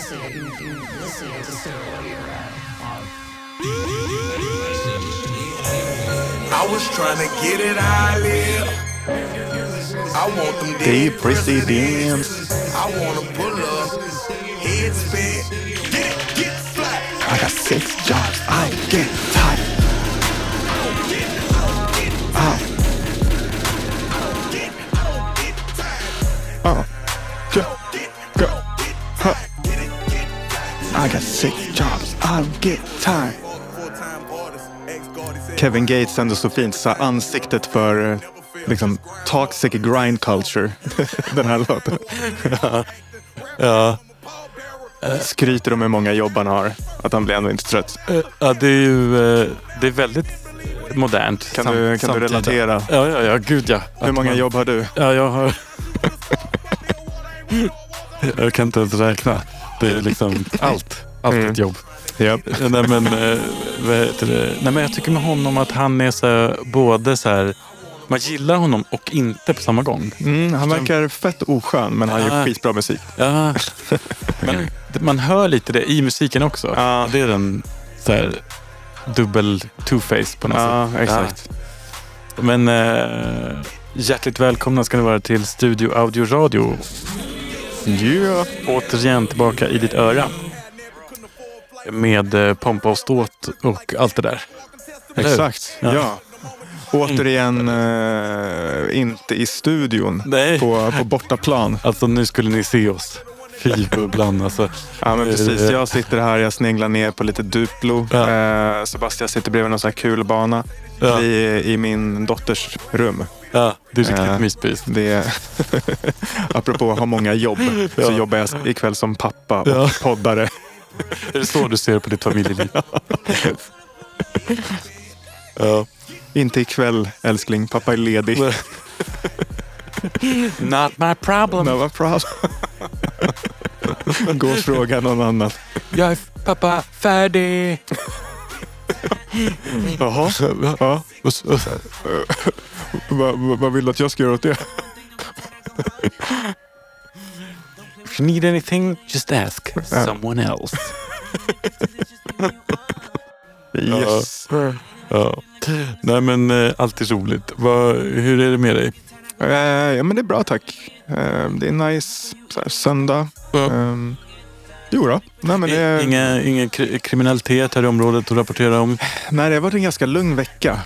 I was trying to get it out here. I want them deep presidents. I wanna pull up, head spin, get flat. I got 6 jobs, I get tired. Go. Huh. I got 6 jobs, I get tired. Kevin Gates ändå så fint, så ansiktet för liksom toxic grind culture. Den här låten. Ja. Skryter om hur många jobb han har, att han blir ändå inte trött. Ja, det är ju det är väldigt modernt. Kan du relatera? Ja, gud ja. Hur många jobb har du? Ja, jag har... jag kan inte ens räkna. Det är liksom allt ett jobb. Yep. Nej, men vad heter det? Nej, men jag tycker med honom att han är så både så här, man gillar honom och inte på samma gång. Han verkar fett oskön, men han gör skitbra musik. Ja. Men man hör lite det i musiken också. Ja. Det är den så här dubbel two-face på något sätt. Ja, exakt. Ja. Men hjärtligt välkomna ska ni vara till Studio Audio Radio. Yeah. Återigen tillbaka i ditt öra. Med pompa och ståt och allt det där. Exakt, ja. Återigen inte i studion. Nej. På bortaplan. Alltså nu skulle ni se oss. Fy bubblan alltså. Ja, men precis, jag sitter här, jag sneglar ner på lite Duplo. Sebastian sitter bredvid någon sån här kulbana. I min dotters rum. Ja, det är riktigt myspys. Det apropå att ha många jobb, så jobbar jag ikväll som pappa och poddare. Är det så du ser på ditt familjeliv? Ja. Inte ikväll, älskling. Pappa är ledig. Not my problem. No problem. Gå och fråga någon annan. Jag är pappa färdig. Jaha. Ja. Vad vill du att jag ska göra åt det? If you need anything, just ask someone else. Yes. Ja. Nej, men allt är roligt. Hur är det med dig? Ja, men det är bra, tack. Det är nice så här, söndag. Jo då. Nej, men det är... Ingen kriminalitet här i området att rapportera om? Nej, det har varit en ganska lugn vecka.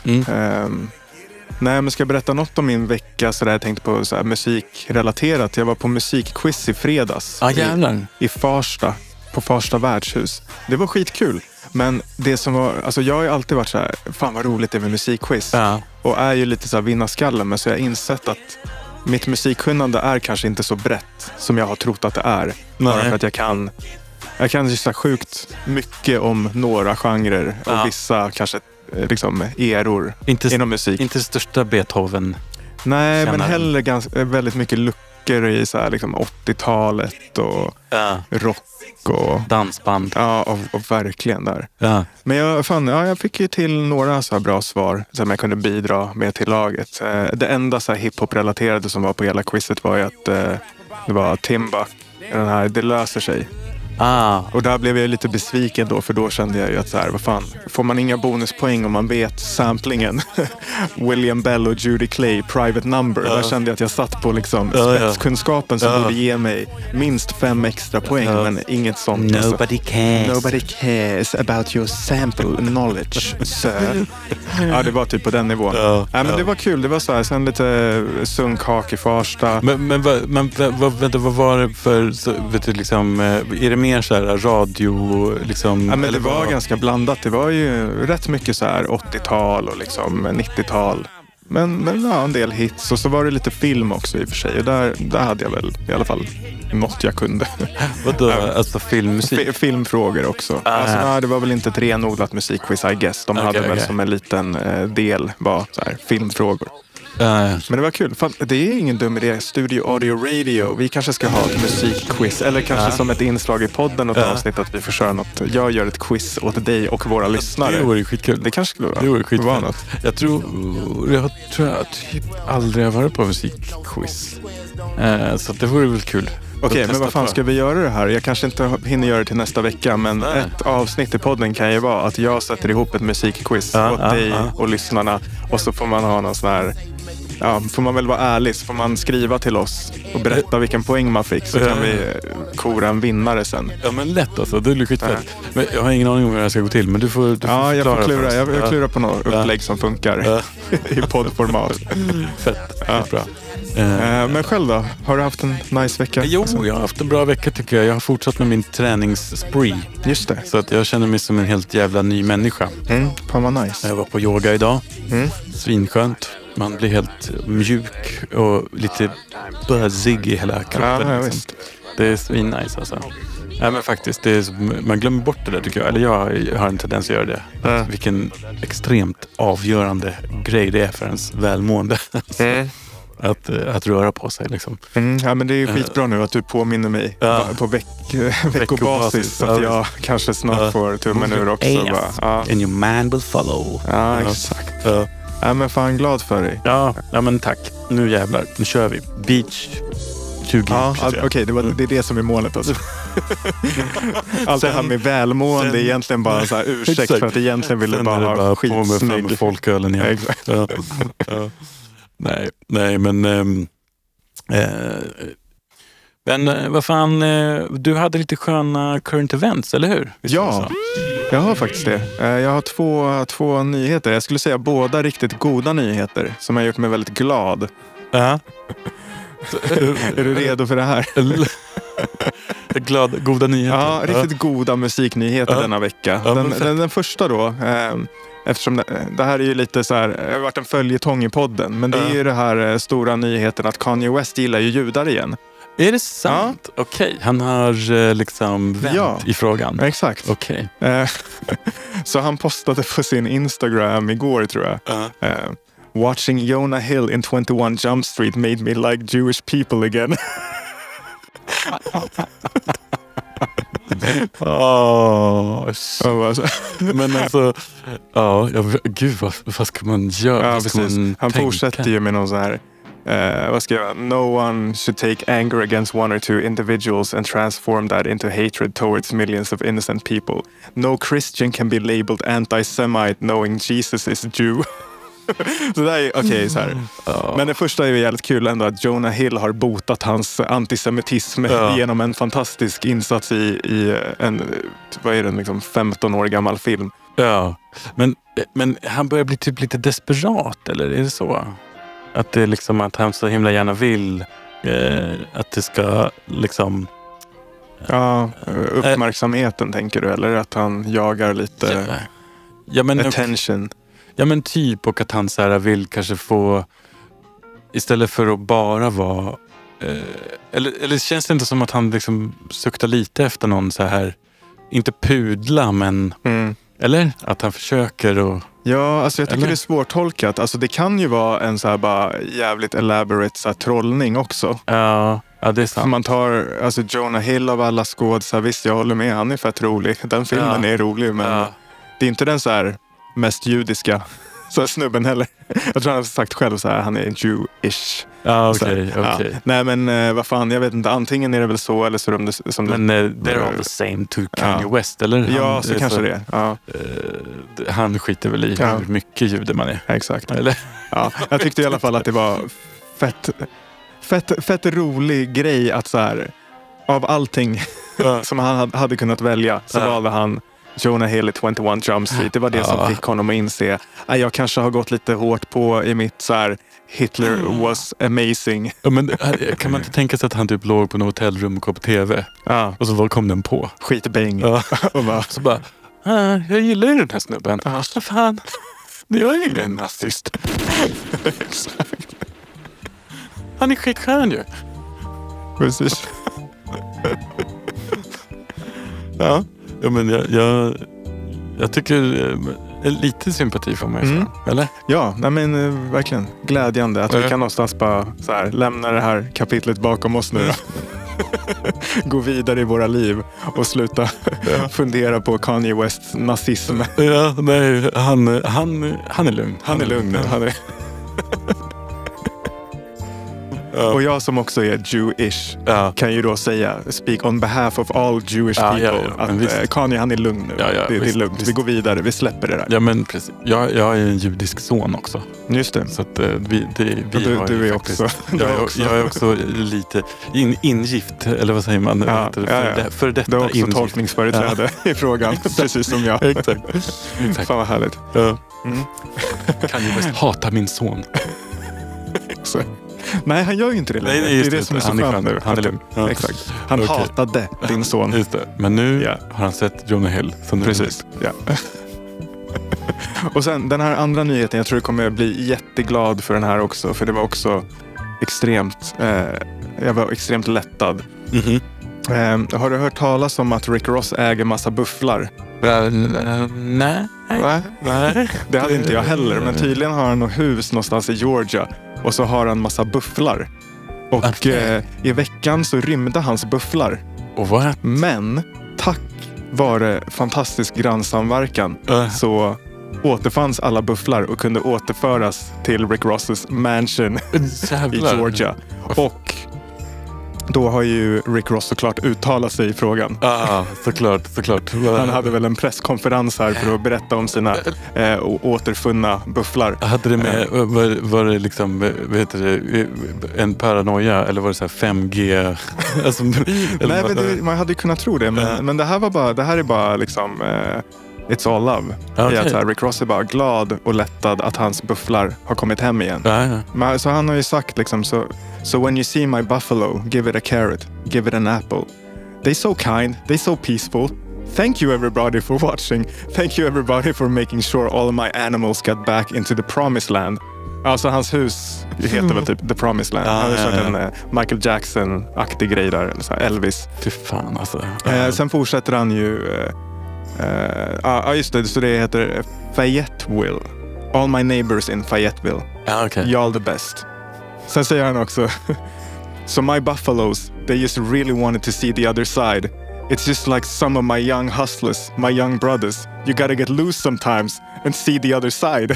Nej, men ska jag berätta något om min vecka så där jag tänkte på så här, musikrelaterat. Jag var på musikquiz i fredags. I Farsta. På Farsta värdshus. Det var skitkul. Men det som var, alltså jag har ju alltid varit så här, fan vad roligt det är med musikquiz. Ja. Och är ju lite så här vinnarskallen, men så jag har insett att mitt musikkunnande är kanske inte så brett som jag har trott att det är. Bara för att jag kan ju så sjukt mycket om några genrer och vissa kanske liksom eror inom musik. Inte största Beethoven. Nej, men heller väldigt mycket luckor i så här liksom 80-talet och rock och dansband. Ja, och verkligen där. Ja. Men jag fick ju till några så här bra svar som jag kunde bidra med till laget. Det enda så här hiphop-relaterade som var på hela quizet var ju att det var Timbuk, den här Det löser sig. Och där blev jag lite besviken då, för då kände jag ju att så här, vad fan, får man inga bonuspoäng om man vet samplingen? William Bell och Judy Clay, Private Number. Där kände jag att jag satt på liksom spetskunskapen som borde ge mig minst 5 extra poäng, men inget sånt. Nobody cares about your sample knowledge, sir. Ja, det var typ på den nivån. Men det var kul, det var så här, sen lite sunkhak i Farsta. Men vad var det för, så, vet du, liksom, är det mer så här radio liksom? Ja, men det var ganska blandat. Det var ju rätt mycket så här 80-tal och liksom 90-tal. Men ja, en del hits. Och så var det lite film också i och för sig. Och där hade jag väl i alla fall något jag kunde. Vadå? Alltså filmmusik? Filmfrågor också. Alltså, det var väl inte ett renodlat musikquiz, I guess. De hade väl som en liten del var så här, filmfrågor. Men det var kul. Fan, det är ingen dum idé. Studio Audio Radio. Vi kanske ska ha ett musikquiz. Eller kanske som ett inslag i podden och ett avsnitt att vi får köra något. Jag gör ett quiz åt dig och våra lyssnare. Det vore skitkul. Det kanske skulle vara. Det vore skitkul. Jag tror jag typ aldrig har varit på musikquiz. Så det vore väl kul. Okej, men vad fan ska vi göra det här? Jag kanske inte hinner göra det till nästa vecka, men ett avsnitt i podden kan ju vara att jag sätter ihop ett musikquiz åt dig och lyssnarna. Och så får man ha någon sån här... Ja, får man väl vara ärlig, så får man skriva till oss och berätta vilken poäng man fick, så kan vi kora en vinnare sen. Ja, men lätt alltså, det är skitfett. Men jag har ingen aning om hur det ska gå till, men du får ja, jag får klura. Jag klurar på något upplägg som funkar i poddformat. Fett, bra. Men själv då? Har du haft en nice vecka? Jo, jag har haft en bra vecka tycker jag. Jag har fortsatt med min träningsspree. Just det. Så att jag känner mig som en helt jävla ny människa. Fan vad nice. Jag var på yoga idag. Svinskönt. Man blir helt mjuk och lite buzzig i hela kroppen. Ja, liksom. Det är svinnice alltså. Ja, men faktiskt, man glömmer bort det där tycker jag. Eller jag har en tendens att göra det. Vilken extremt avgörande grej det är för ens välmående. Att röra på sig liksom. Ja, men det är skitbra nu att du påminner mig på veckobasis, så att jag kanske snart får tummen ur också. And your man will follow. Ja, exakt. Ja, men fan glad för dig. Ja, men tack. Nu jävlar, nu kör vi. Beach 2023. Okej, det är det som är målet alltså. Allt det här med välmående är egentligen bara så här ursäkt för att egentligen ville bara ha skitsnygg. Med folkölen igen. Exakt. Nej, men vad fan, du hade lite sköna current events, eller hur? Ja, jag har faktiskt det. Jag har två nyheter. Jag skulle säga båda riktigt goda nyheter som har gjort mig väldigt glad. Är du redo för det här? Goda nyheter. Ja, riktigt goda musiknyheter denna vecka. Den första då, eftersom det här är ju lite så här, det har varit en följetong i podden, men det är ju det här stora nyheten att Kanye West gillar ju judar igen. Är det sant? Ja. Okej, han har liksom vänt i frågan. Exakt. Okej. Så han postade på sin Instagram igår tror jag. Watching Jonah Hill in 21 Jump Street made me like Jewish people again. Men alltså, gud vad ska man göra? Ja, precis. Han fortsätter ju med någon så här, vad ska jag? No one should take anger against one or two individuals and transform that into hatred towards millions of innocent people. No Christian can be labeled anti-Semite knowing Jesus is a Jew. Så det är okej, så här. Men det första är ju jävligt kul ändå att Jonah Hill har botat hans antisemitism genom en fantastisk insats i en, vad är det, liksom 15 år gammal film. Ja, men han börjar bli typ lite desperat, eller är det så? Att det är liksom att han så himla gärna vill att det ska liksom... Ja, uppmärksamheten tänker du, eller att han jagar lite attention. Ja, men typ, och att han så här vill kanske få, istället för att bara vara eller känns det inte som att han liksom suktar lite efter någon så här, inte pudla, men eller att han försöker och... Ja, alltså jag tycker det är svårtolkat. Alltså det kan ju vara en så här bara jävligt elaborate så här trollning också. Ja, det är sant. Man tar alltså Jonah Hill av alla skådespelare, visst jag håller med, han är fett rolig. Den filmen är rolig, men det är inte den så här mest judiska så snubben heller. Jag tror han har sagt själv så här, han är Jewish. Ja, okej. Nej, men vad fan, jag vet inte. Antingen är det väl så, eller så är det som men they're all the same to Kanye West, eller? Ja, så kanske det. Ja. Han skiter väl i hur mycket jude man är. Exakt. Eller? Ja, jag tyckte i alla fall att det var fett rolig grej att så här, av allting som han hade kunnat välja, så valde han Jonah Hill i 21 Jump Street. Det var det som fick honom att inse att jag kanske har gått lite hårt på i mitt så här, Hitler was amazing. Ja, men kan man inte tänka sig att han typ låg på något hotellrum och kom på tv? Ja. Och så kom den på. Skitbäng. Ja. Och så bara, jag gillar ju den här snubben. Ja, så fan. Jag är ingen nazist. Han är skitskön ju. Precis. Ja, men jag tycker lite sympati för mig, eller? Ja, nej men verkligen glädjande att vi kan någonstans bara så här, lämna det här kapitlet bakom oss nu då. Gå vidare i våra liv och sluta fundera på Kanye Wests nazism. Ja, nej, han är lugn. Han är lugn nu. Och jag som också är Jewish kan ju då säga, speak on behalf of all Jewish people, att Kanye, han är lugn nu. Det är lugnt, vi går vidare, vi släpper det där. Ja, men precis. Jag är en judisk son också. Just det. Så att du är faktiskt, också. Jag är också lite ingift, eller vad säger man? För detta du har också ingift. tolkningsföreträde i frågan, precis som jag. Exakt. Fan vad härligt. Kan ju mest hata min son. Nej, han gör ju inte det längre. Nej, det är det som är så skönt nu. Han är lugn. Exakt. Han hatade din son. Just det. Men nu har han sett Jonah Hill. Så nu precis. Ja. Och sen den här andra nyheten, jag tror du kommer bli jätteglad för den här också. För det var också extremt, jag var extremt lättad. Har du hört talas om att Rick Ross äger massa bufflar? Nej. Det hade inte jag heller. Men tydligen har han något hus någonstans i Georgia. Och så har han massa bufflar. Och i veckan så rymde hans bufflar. Men tack vare fantastisk grannsamverkan så återfanns alla bufflar och kunde återföras till Rick Rosses mansion i Georgia. Och då har ju Rick Ross såklart uttalat sig i frågan. Såklart. Han hade väl en presskonferens här för att berätta om sina återfunna bufflar. Hade det med, var det liksom, vad heter det, en paranoia eller var det så här 5G? Alltså, nej, men man hade ju kunnat tro det, men det här är bara liksom it's all love. Okay. Rick Ross är bara glad och lättad att hans bufflar har kommit hem igen. Men, så han har ju sagt liksom so when you see my buffalo, give it a carrot, give it an apple. They're so kind, they're so peaceful. Thank you everybody for watching. Thank you everybody for making sure all of my animals got back into the promised land. Alltså hans hus heter väl typ The Promised Land. Han har kört en Michael Jackson-aktig grej där, eller så här Elvis. Fy fan alltså. Sen fortsätter han ju just det, så det heter Fayetteville. All my neighbors in Fayetteville. Okay. Y'all the best. Sen säger han också so my buffaloes, they just really wanted to see the other side. It's just like some of my young hustlers, my young brothers. You gotta get loose sometimes and see the other side.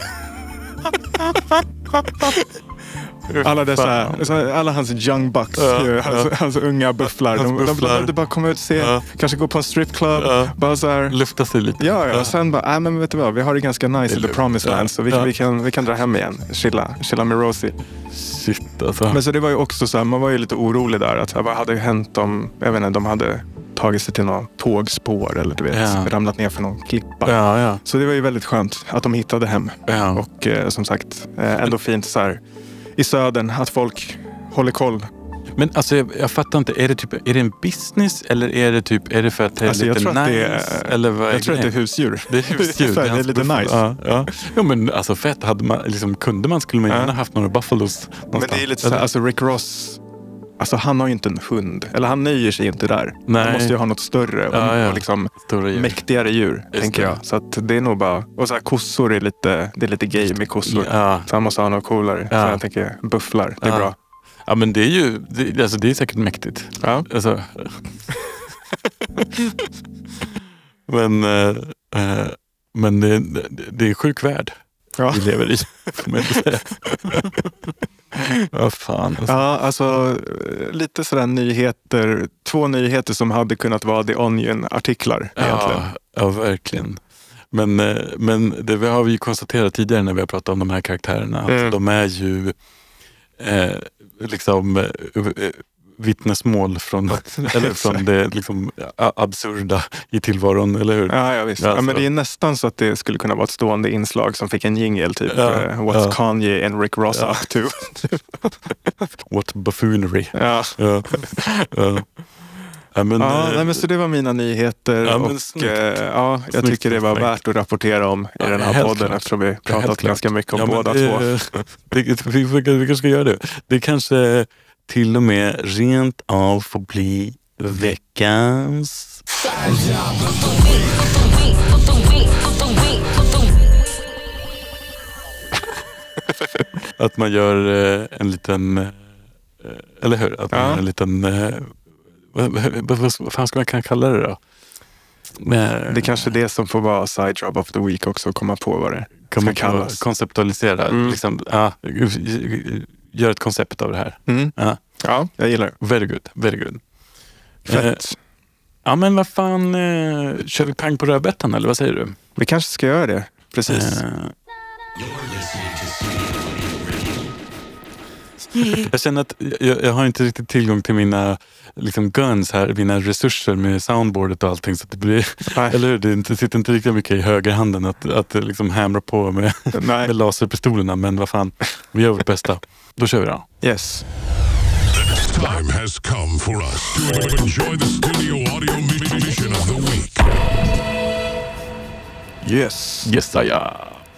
Alla hans young bucks, hans unga bufflar. De behövde bara komma ut och se, kanske gå på en stripclub, bara så här lufta sig lite. Ja. Sen bara, men vet du vad, vi har det ganska nice i The Promised Land, så vi kan dra hem igen, chilla med Rosie. Shit alltså. Men så det var ju också så här, man var ju lite orolig där att vad hade hänt om, jag vet inte, de hade tagit sig till någon tågspår eller du vet, ramlat ner för någon klippa. Så det var ju väldigt skönt att de hittade hem. Och som sagt, ändå fint så här i södern att folk håller koll. Men alltså jag fattar inte, är det en business eller är det för att det är alltså, lite nice? Jag tror att det är husdjur. Det är husdjur. Det är lite nice. Ja, men alltså fett, skulle man gärna haft några buffalos någonstans. Men det är lite så här, alltså Rick Ross, alltså han har ju inte en hund. Eller han nöjer sig inte där. Nej. Han måste ju ha något större och liksom mäktigare djur, tänker jag. Så att det är nog bara, och så här, kossor det är lite gay med kossor. Så han måste ha något coolare. Så jag tänker, bufflar, det är bra. Ja, men det är ju, det är säkert mäktigt. Ja. Alltså. Men det är sjuk värld vi lever i, får man inte säga. Vad fan. Alltså. Ja, alltså lite sådär nyheter, 2 nyheter som hade kunnat vara The Onion-artiklar egentligen. Ja, verkligen. Men det har vi ju konstaterat tidigare när vi har pratat om de här karaktärerna, att de är ju liksom vittnesmål från det liksom absurda i tillvaron, eller hur? Ja, visst. Ja, men det är nästan så att det skulle kunna vara ett stående inslag som fick en jingle typ. What's Kanye and Rick Ross up to? What buffoonery. Men så det var mina nyheter och jag tycker det var värt att rapportera om i den här podden klart. Eftersom vi pratat ganska mycket om båda två. Vi kanske ska göra det. Det kanske till och med rent av får bli veckans att man gör en liten, eller hur? Att man gör en liten, vad fan ska man kan kalla det då? Det är kanske det som får vara side job of the week också, komma på vad det kan man kallas. Konceptualisera. Liksom, gör ett koncept av det här. Ja. Ja, jag gillar det. Very good, very good. Fett. Ja, men vad fan, kör vi pang på rödbetan eller vad säger du? Vi kanske ska göra det. Precis. Jag känner att jag har inte riktigt tillgång till mina liksom guns här, mina resurser med soundboardet och allting, så att det blir, eller hur? Det sitter inte riktigt mycket i högerhanden att liksom hamra på med laserpistolerna, men vad fan, vi gör vårt bästa. Då kör vi då. Yes. Time has come for us to enjoy the studio audio mission of the week. Yes. Yes, ja.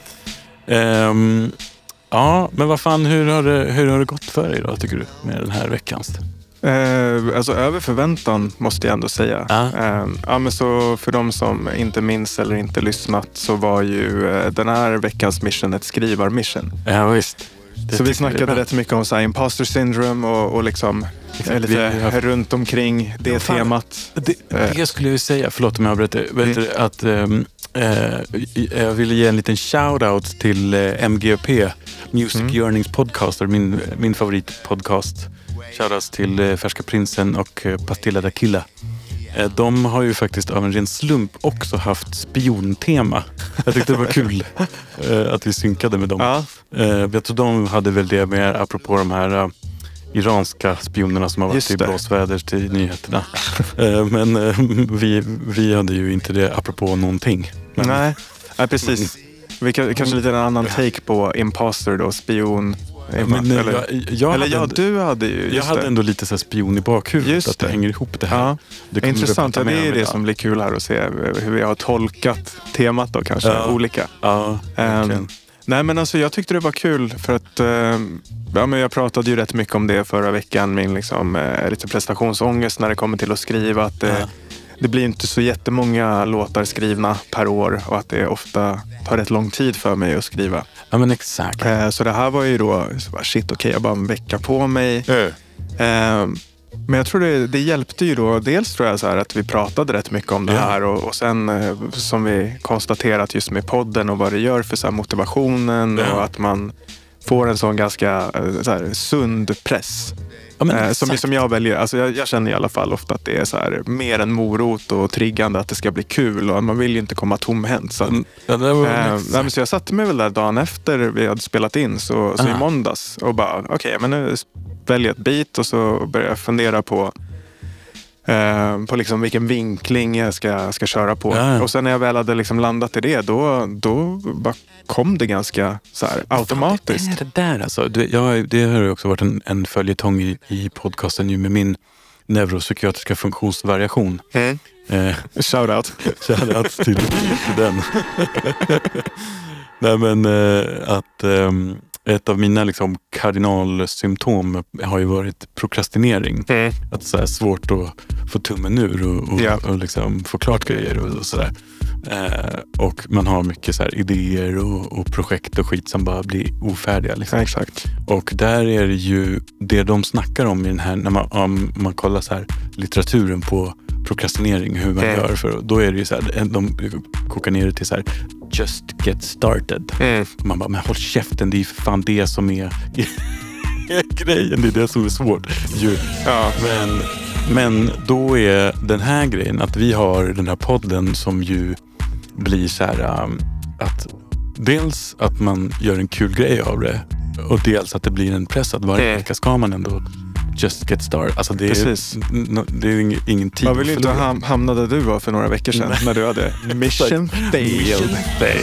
Ja, men vad fan, hur har det gått för dig då, tycker du, med den här veckans? Alltså över förväntan måste jag ändå säga. Ja, men så för de som inte minns eller inte lyssnat, så var ju den här veckans mission ett skrivarmission. Ja, visst. Så vi snackade rätt mycket om så här, imposter syndrome och liksom lite runt omkring det temat. Det skulle jag ju säga, förlåt om jag avbryter, att jag ville ge en liten shout-out till MGP, Music Yearnings Podcaster, min favoritpodcast. Shoutouts till Färska Prinsen och Pastilla D'Aquila. De har ju faktiskt av en ren slump också haft spiontema. Jag tyckte det var kul att vi synkade med dem. Ja. Jag tror de hade väl det med, apropå de här iranska spionerna som har varit i blåsväder till nyheterna. Men vi hade ju inte det apropå någonting. Men, Nej, precis. Vi kanske lite en annan take på imposter då, spion. Men, du hade ju... Jag hade ändå lite så här spion i bakhuvudet, just att det hänger ihop det här. Ja. Det intressant, det är det som blir kul här att se hur vi har tolkat temat då kanske, olika. Ja, nej men alltså jag tyckte det var kul för att men jag pratade ju rätt mycket om det förra veckan, min liksom lite prestationsångest när det kommer till att skriva, att det blir inte så jättemånga låtar skrivna per år och att det ofta tar rätt lång tid för mig att skriva. Ja, men exakt. Så det här var ju då, jag bara en vecka på mig. Men jag tror det hjälpte ju då, dels tror jag så här att vi pratade rätt mycket om det här och sen som vi konstaterat just med podden och vad det gör för så här motivationen och att man får en sån ganska så här, sund press. Ja, som jag väljer, alltså jag känner i alla fall ofta att det är så här mer en morot och triggande att det ska bli kul och man vill ju inte komma tomhänt. Så, så jag satte mig väl där dagen efter vi hade spelat in så i måndags och bara okej, men nu väljer jag ett beat och så börjar jag fundera på liksom vilken vinkling jag ska köra på. Och sen när jag väl hade liksom landat i det, då bara kom det ganska så här automatiskt. Vad är det där alltså? Det har ju också varit en följetong i podcasten ju med min neuropsykiatriska funktionsvariation. Shoutout till den. Nej, men att ett av mina liksom kardinalsymptom har ju varit prokrastinering. Att så här svårt att få tummen ur och liksom få klart grejer och sådär. Och man har mycket så här idéer och projekt och skit som bara blir ofärdiga. Liksom. Exakt. Och där är det ju det de snackar om i den här, när man kollar så här litteraturen på prokrastinering, hur man gör för, då är det ju så här, de kokar ner det till så här just get started. Man bara, men håll käften, det är för fan det som är grejen, det är det som är svårt. Men då är den här grejen att vi har den här podden som ju blir så här att dels att man gör en kul grej av det och dels att det blir en press att varje vecka ska man ändå just get started. Alltså det är ingen tid. Jag vill ju inte hamna där du var för några veckor sedan när du hade mission failed.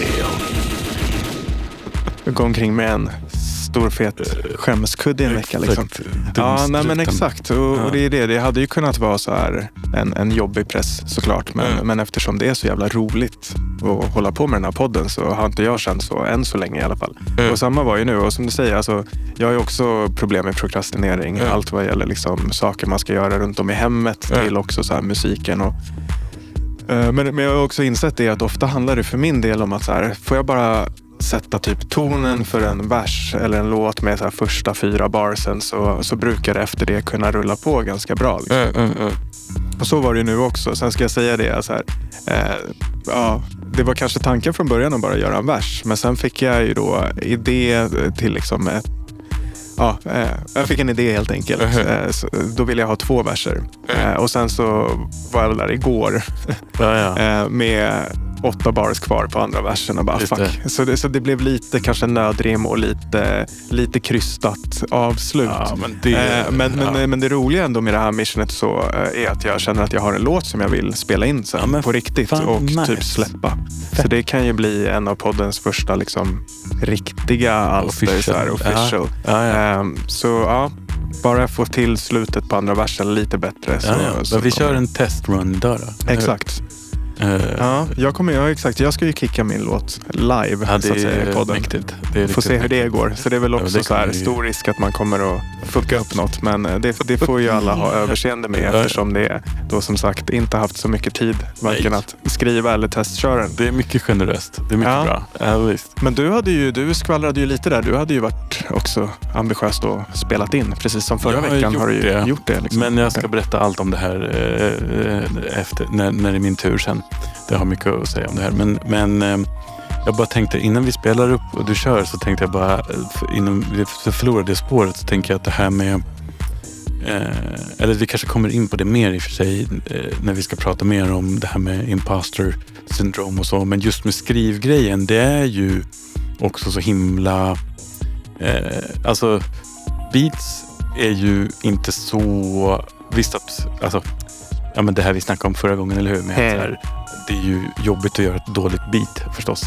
Jag går omkring med en stor fet skämskudde i en vecka liksom. Ja, nej men exakt. Och det är det. Det hade ju kunnat vara så här en jobbig press såklart. Men eftersom det är så jävla roligt att hålla på med den här podden så har inte jag känt så än så länge i alla fall. Och samma var ju nu. Och som du säger, alltså, jag har ju också problem med prokrastinering. Allt vad gäller liksom saker man ska göra runt om i hemmet till också så här musiken och men jag har också insett det att ofta handlar det för min del om att så här, får jag bara sätta typ tonen för en vers eller en låt med så här första 4 barsen så brukar det efter det kunna rulla på ganska bra. Liksom. Och så var det nu också. Sen ska jag säga det så här, det var kanske tanken från början att bara göra en vers, men sen fick jag ju då idé till liksom jag fick en idé helt enkelt. Så då ville jag ha 2 verser. Och sen så var jag väl där igår med 8 bars kvar på andra versen och bara fuck. Så det blev lite kanske nödrim och lite krystat avslut. Ja, men det roliga ändå med det här missionet så är att jag känner att jag har en låt som jag vill spela in sen på riktigt och typ släppa. Så det kan ju bli en av poddens första liksom riktiga alster, official. Så ja, bara jag får till slutet på andra versen lite bättre. Så vi kör en testrun då. Exakt. Jag ska ju kicka min låt live så att säga, i podden. Mäktigt. Får se hur det går. Så det är väl också så här stor risk att man kommer att fucka upp något. Men det får ju alla ha överseende med eftersom det är då som sagt inte haft så mycket tid varken att skriva eller testköra. Det är mycket generöst. Det är mycket bra. Ja, visst. Men du skvallrade ju lite där. Du hade ju varit också ambitiöst och spelat in. Precis som förra veckan har du ju gjort det. Liksom. Men jag ska berätta allt om det här efter, när det är min tur sen. Det har mycket att säga om det här. Men jag bara tänkte innan vi spelar upp och du kör så tänkte jag bara innan vi förlorar det spåret så tänker jag att det här med eller vi kanske kommer in på det mer i och för sig när vi ska prata mer om det här med imposter syndrom och så. Men just med skrivgrejen, det är ju också så himla alltså beats är ju inte så visst att alltså ja men det här vi snackade om förra gången, eller hur? Med att här, det är ju jobbigt att göra ett dåligt beat förstås.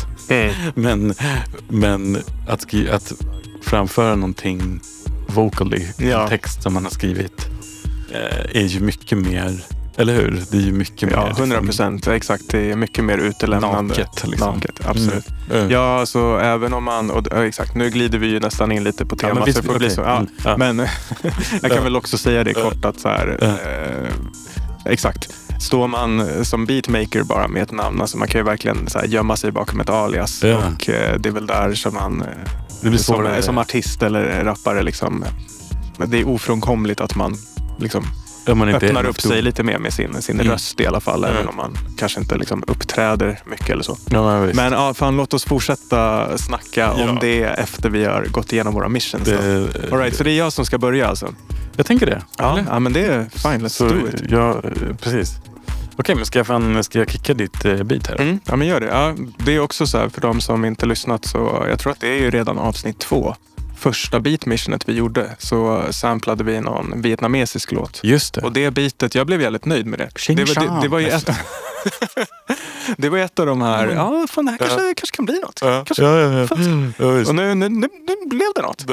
Men att framföra någonting vocally, en text som man har skrivit är ju mycket mer, eller hur? Det är ju mycket mer 100%, exakt. Det är mycket mer utelämnande. Naket, absolut. Ja, så även om man exakt, nu glider vi ju nästan in lite på temat så det får bli så. Men jag kan väl också säga det kort att så här exakt. Står man som beatmaker bara med ett namn, alltså man kan ju verkligen så här gömma sig bakom ett alias och det är väl där som man det blir som artist eller rappare liksom, det är ofrånkomligt att man liksom öppnar upp sig lite mer med sin röst i alla fall, även om man kanske inte liksom uppträder mycket eller så. Men fan, låt oss fortsätta snacka om det efter vi har gått igenom våra missions. All right, så det är jag som ska börja alltså. Jag tänker det. Ja, men det är fine, let's do it. Ja, precis. Okej, men ska jag kicka ditt beat här? Ja, men gör det. Ja, det är också så här, för de som inte lyssnat så, jag tror att det är ju redan avsnitt 2. Första beatmissionet vi gjorde så samplade vi någon vietnamesisk låt. Just det. Och det beatet, jag blev väldigt nöjd med det. Det var ju det var ett av de här, fan, det här kanske kan bli något. Och nu blev det något.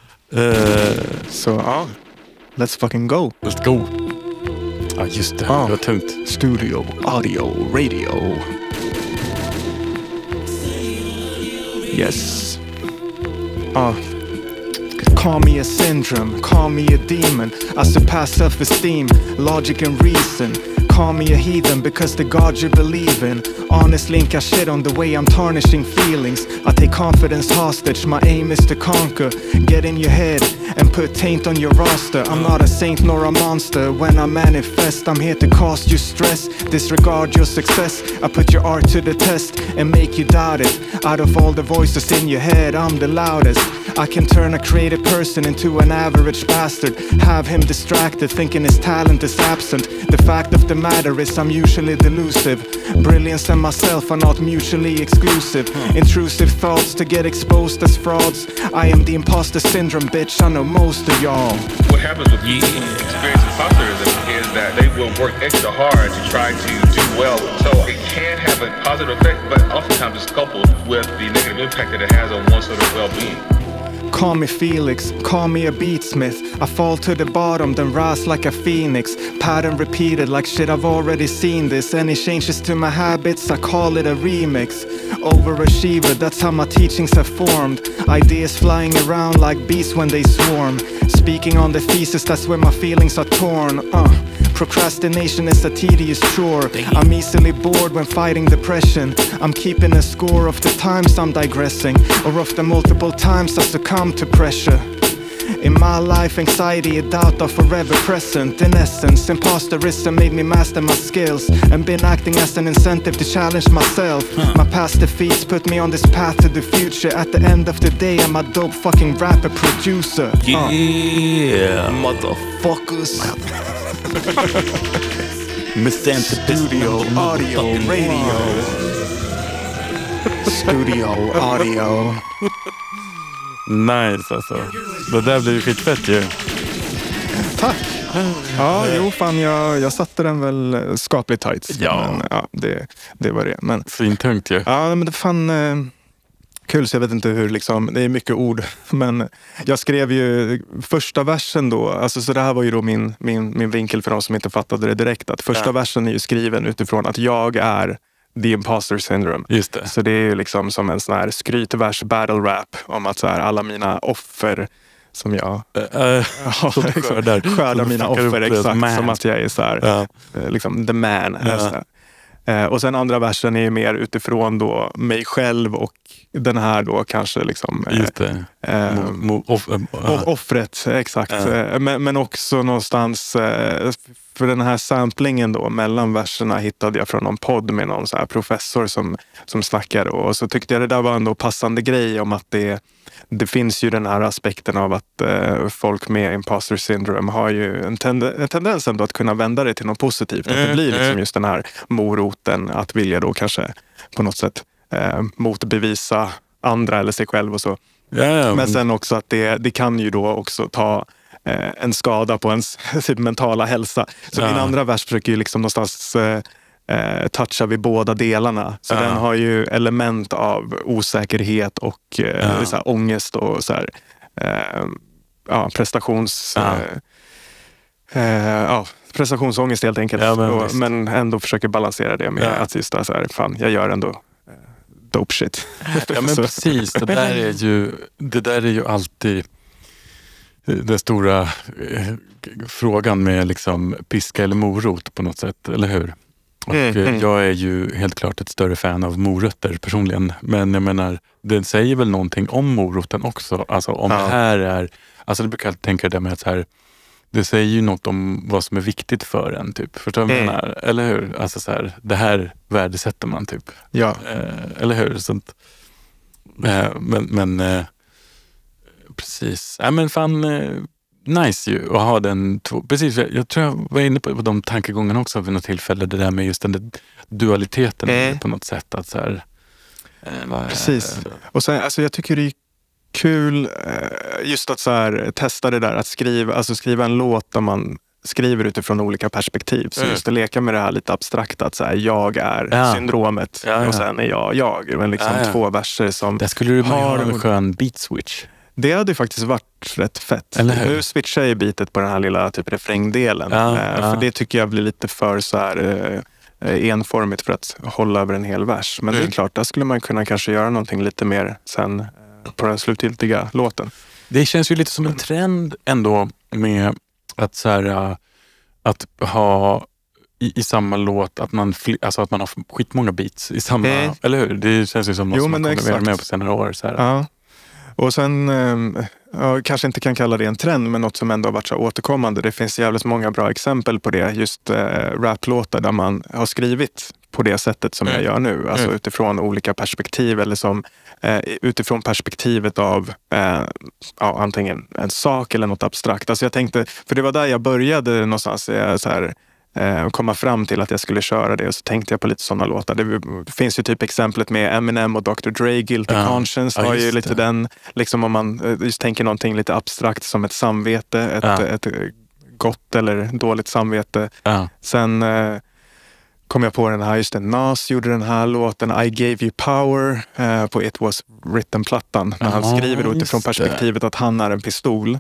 Så let's fucking go. Let's go. Ja, just det. Det var tungt. Studio, audio, radio. Yes. Call me a syndrome, call me a demon. I surpass self-esteem, logic and reason. Call me a heathen because the God you believe in. Honestly, ain't got shit on the way I'm tarnishing feelings. I take confidence hostage, my aim is to conquer. Get in your head and put taint on your roster. I'm not a saint nor a monster. When I manifest, I'm here to cause you stress. Disregard your success. I put your art to the test and make you doubt it. Out of all the voices in your head, I'm the loudest. I can turn a creative person into an average bastard. Have him distracted, thinking his talent is absent. The fact of the matter is I'm usually delusive. Brilliance and myself are not mutually exclusive. Intrusive thoughts to get exposed as frauds. I am the imposter syndrome, bitch, I know most of y'all. What happens with experienced imposterism is that they will work extra hard to try to do well. So it can have a positive effect, but oftentimes it's coupled with the negative impact that it has on one's sort of well-being. Call me Felix, call me a beatsmith. I fall to the bottom, then rise like a phoenix. Pattern repeated like shit, I've already seen this. Any changes to my habits, I call it a remix. Overachiever, that's how my teachings have formed. Ideas flying around like bees when they swarm. Speaking on the thesis, that's where my feelings are torn. Procrastination is a tedious chore. I'm easily bored when fighting depression. I'm keeping a score of the times I'm digressing, or of the multiple times I succumb to pressure. In my life, anxiety and doubt are forever present. In essence, imposterism made me master my skills and been acting as an incentive to challenge myself. My past defeats put me on this path to the future. At the end of the day, I'm a dope fucking rapper producer. Yeah, motherfuckers. Studio audio radio. Studio audio. Nice alltså. Det där blir ju skitfett ju. Tack. Ja, jo fan, jag satte den väl skapligt tight. Ja. Men, ja, det var det. Men, Svintungt ju. ja, men det fan kul, så jag vet inte hur liksom, det är mycket ord. Men jag skrev ju första versen då, alltså så det här var ju då min vinkel för de som inte fattade det direkt. Att första versen är ju skriven utifrån att jag är the imposter syndrome. Just det. Så det är ju liksom som en sån här skrytvers battle rap om att så här, alla mina offer som jag skördar mina offer exakt som att jag är så här, liksom the man. Och sen andra versen är mer utifrån då mig själv och den här då kanske liksom just det. offret, exakt. Men också någonstans för den här samplingen då mellan verserna hittade jag från någon podd med någon så här professor som snackade, och så tyckte jag det där var ändå passande grej om att det finns ju den här aspekten av att folk med imposter syndrome har ju en tendens ändå att kunna vända det till något positivt. Att det blir liksom just den här moroten att vilja då kanske på något sätt motbevisa andra eller sig själv och så. Ja. Men sen också att det kan ju då också ta en skada på ens mentala hälsa. Så min andra vers försöker ju liksom någonstans toucha vid båda delarna. Så den har ju element av osäkerhet och så här, ångest och så här, prestationsångest helt enkelt. Ja, men ändå försöker balansera det med att just så här, fan, jag gör ändå dope shit. Ja men precis, det där är ju alltid den stora frågan med liksom piska eller morot på något sätt, eller hur? Och jag är ju helt klart ett större fan av morötter personligen. Men jag menar, det säger väl någonting om moroten också. Alltså om det här är, alltså det brukar jag tänka det med att så här, det säger ju något om vad som är viktigt för en typ. Förstår du vad jag menar? Eller hur? Alltså så här, det här värdesätter man typ. Ja. Eller hur? Sånt. Men precis. Ja men fan nice ju att ha den precis, jag tror jag var inne på de tankegångarna också vid något tillfälle, det där med just den där dualiteten på något sätt att så här, precis. Och sen, alltså jag tycker det är kul just att så här, testa det där att skriva en låt där man skriver utifrån olika perspektiv. Så just att leka med det här lite abstrakta, att så här, jag är syndromet och sen är jag. Men liksom två verser som där skulle du ha en skön beat switch. Det hade ju faktiskt varit rätt fett. Nu switchar jag bitet på den här lilla typ refrängdelen. För det tycker jag blir lite för så här enformigt för att hålla över en hel vers. Men det är klart, där skulle man kunna kanske göra någonting lite mer sen på den slutgiltiga låten. Det känns ju lite som en trend ändå med att så här, att ha i samma låt att man att man har skitmånga beats i samma, eller hur? Det känns ju som något som man kommer med på senare år så här. Ja. Och sen, kanske inte kan kalla det en trend, men något som ändå har varit så återkommande. Det finns jävligt många bra exempel på det. Just raplåtar där man har skrivit på det sättet som jag gör nu. Alltså utifrån olika perspektiv eller som utifrån perspektivet av antingen en sak eller något abstrakt. Alltså jag tänkte, för det var där jag började någonstans så här, komma fram till att jag skulle köra det, och så tänkte jag på lite sådana låtar. Det finns ju typ exemplet med Eminem och Dr. Dre, Guilty Conscience har ju lite den, liksom om man just tänker någonting lite abstrakt som ett samvete, ett gott eller dåligt samvete. Sen kom jag på den här, just det, Nas gjorde den här låten I Gave You Power på It Was Written-plattan, när han skriver då utifrån perspektivet att han är en pistol.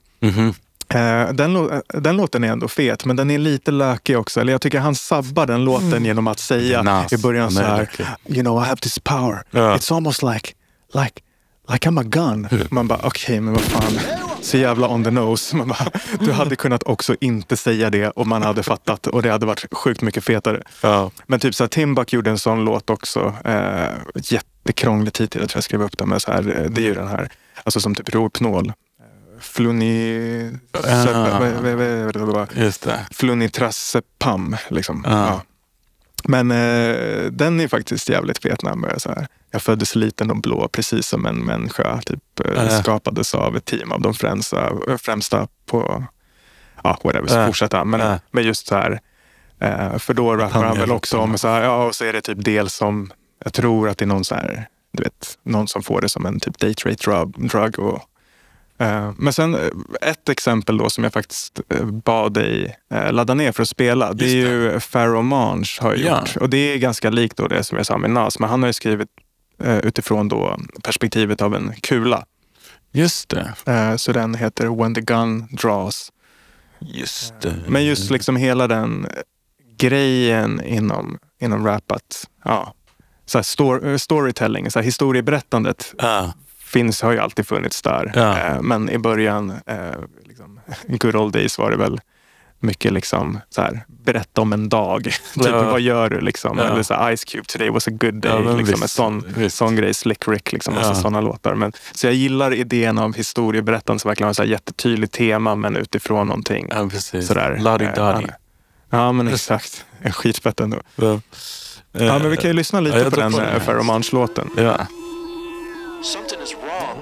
Den låten är ändå fet, men den är lite lökig också. Eller jag tycker han sabbar den låten genom att säga i början så här, you know, I have this power. It's almost like I'm a gun. Man bara, okej, men vad fan. Så jävla on the nose. Man bara, du hade kunnat också inte säga det och man hade fattat, och det hade varit sjukt mycket fetare. Men typ så här, Timbuk gjorde en sån låt också. Jättekrånglig titel, jag tror jag skrev upp den, men så här, det är ju den här, alltså som typ Rohypnol Just det. Flunitrassepam liksom. Ja. Men den är faktiskt jävligt fet när så här. Jag föddes liten och blå precis som en människa. Typ skapades av ett team av de främsta på whatever, fortsätta. Men just så här, för då rappar han väl också om så här, och så är det typ del som, jag tror att det är någon så här, du vet, någon som får det som en typ date rate drug och men sen ett exempel då som jag faktiskt bad dig ladda ner för att spela. Det är ju Pharoahe Monch har gjort. Och det är ganska likt då det som jag sa med Nas. Men han har ju skrivit utifrån då perspektivet av en kula. Just det. Så den heter When the Gun Draws. Just det. Men just liksom hela den grejen inom rapat. Ja. Så här storytelling, så här historieberättandet. Har ju alltid funnits där. Men i början, liksom, good old days var det väl mycket liksom så här, berätta om en dag. Typ, vad gör du liksom? Eller så här, Ice Cube, today was a good day. Liksom, en sån grej, Slick Rick, liksom, och sådana låtar. Men, så jag gillar idén av historieberättande som verkligen har så här jättetydligt tema, men utifrån någonting. Ja, precis. Sådär. Ladi-dadi. Ja, men exakt. En skitfett ändå. Ja, men vi kan ju lyssna lite på den Pharoahe Monch-låten. Ja. Something is wrong.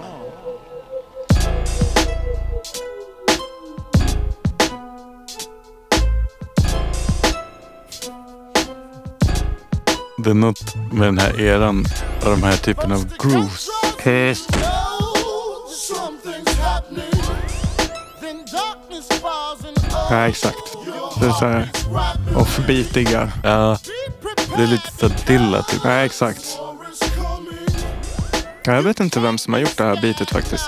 Det är något med den här eran och de här typen av grooves. Ja, exakt. Det är så här offbeatiga. Ja, det är lite så dilla typ. Ja, exakt. Ja, jag vet inte vem som har gjort det här beatet faktiskt.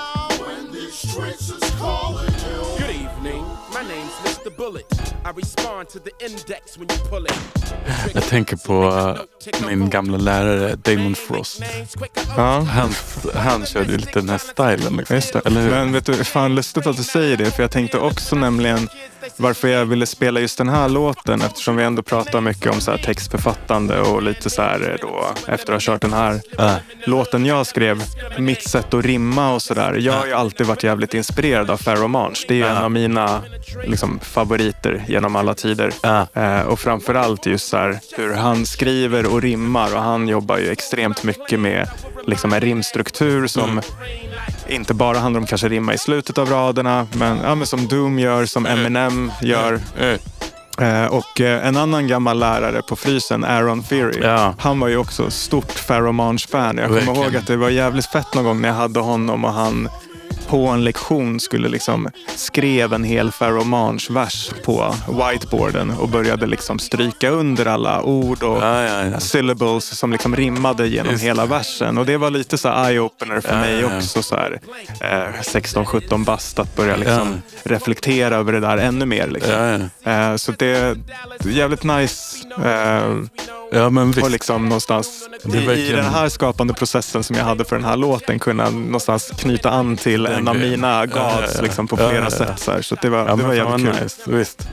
Jag tänker på min gamla lärare Damon Frost. Ja. Han körde ju lite den här stilen. Liksom. Just det. Eller hur? Men vet du, fan lustigt att du säger det. För jag tänkte också nämligen varför jag ville spela just den här låten. Eftersom vi ändå pratar mycket om så här textförfattande och lite så här då efter att ha kört den här låten jag skrev. Mitt sätt att rimma och sådär. Jag har ju alltid varit jävligt inspirerad av Pharoahe Monch. Det är ju en av mina liksom, favoriter genom alla tider. Och framförallt just så här, hur han skriver och rimmar. Och han jobbar ju extremt mycket med liksom en rimstruktur som inte bara handlar om kanske rimma i slutet av raderna, men som Doom gör, som Eminem gör. Och en annan gammal lärare på Frysen, Aaron Theory, han var ju också stort Pharoahe Monch-fan. Jag kommer ihåg att det var jävligt fett någon gång när jag hade honom och han på en lektion skulle liksom skrev en hel Pharoahe Monch-vers på whiteboarden och började liksom stryka under alla ord och syllables som liksom rimmade genom hela versen. Och det var lite så här eye-opener för mig också så här 16-17 bast att börja liksom reflektera över det där ännu mer liksom. Så det är jävligt nice men och liksom någonstans i den här skapande processen som jag hade för den här låten kunna någonstans knyta an till en av mina gods liksom på flera sätt så här. Så det var jävligt kul. Nice. Visst.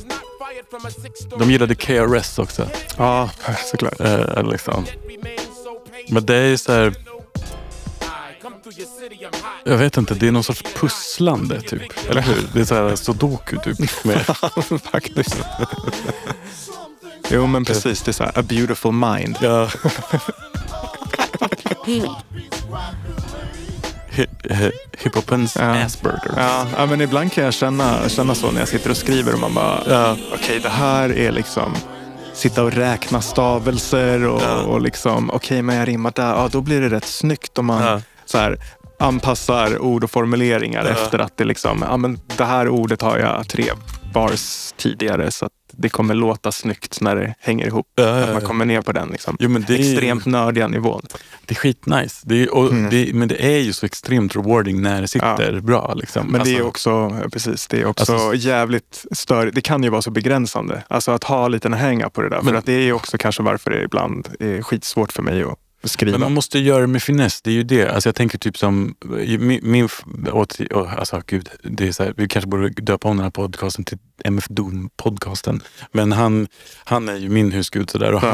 De gillade KRS också. Ja, såklart. Liksom. Men det är så här, jag vet inte, det är någon sorts pusslande typ. Eller hur? Det är så här sudoku typ med. Faktiskt. Jo, men precis. Det är så här, a beautiful mind. Ja. Hippopens Asperger. Ja, men ibland kan jag känna så när jag sitter och skriver och man bara, okej, det här är liksom sitta och räkna stavelser och liksom, okej, men jag rimmar där, då blir det rätt snyggt om man så här anpassar ord och formuleringar efter att det liksom, men det här ordet har jag 3 bars tidigare så att det kommer låta snyggt när det hänger ihop. Att man kommer ner på den liksom. Jo, men det extremt nördiga nivån. Det är skitnice. Men det är ju så extremt rewarding när det sitter bra. Liksom. Men det är också, precis, det är också jävligt större. Det kan ju vara så begränsande. Alltså att ha lite en hänga på det där. För att det är ju också kanske varför det ibland är skitsvårt för mig att skriva. Men man måste göra det med finess, det är ju det. Alltså jag tänker typ som alltså gud, det är så här, vi kanske borde döpa om den här podcasten till MF Doom-podcasten. Men han är ju min husgud sådär och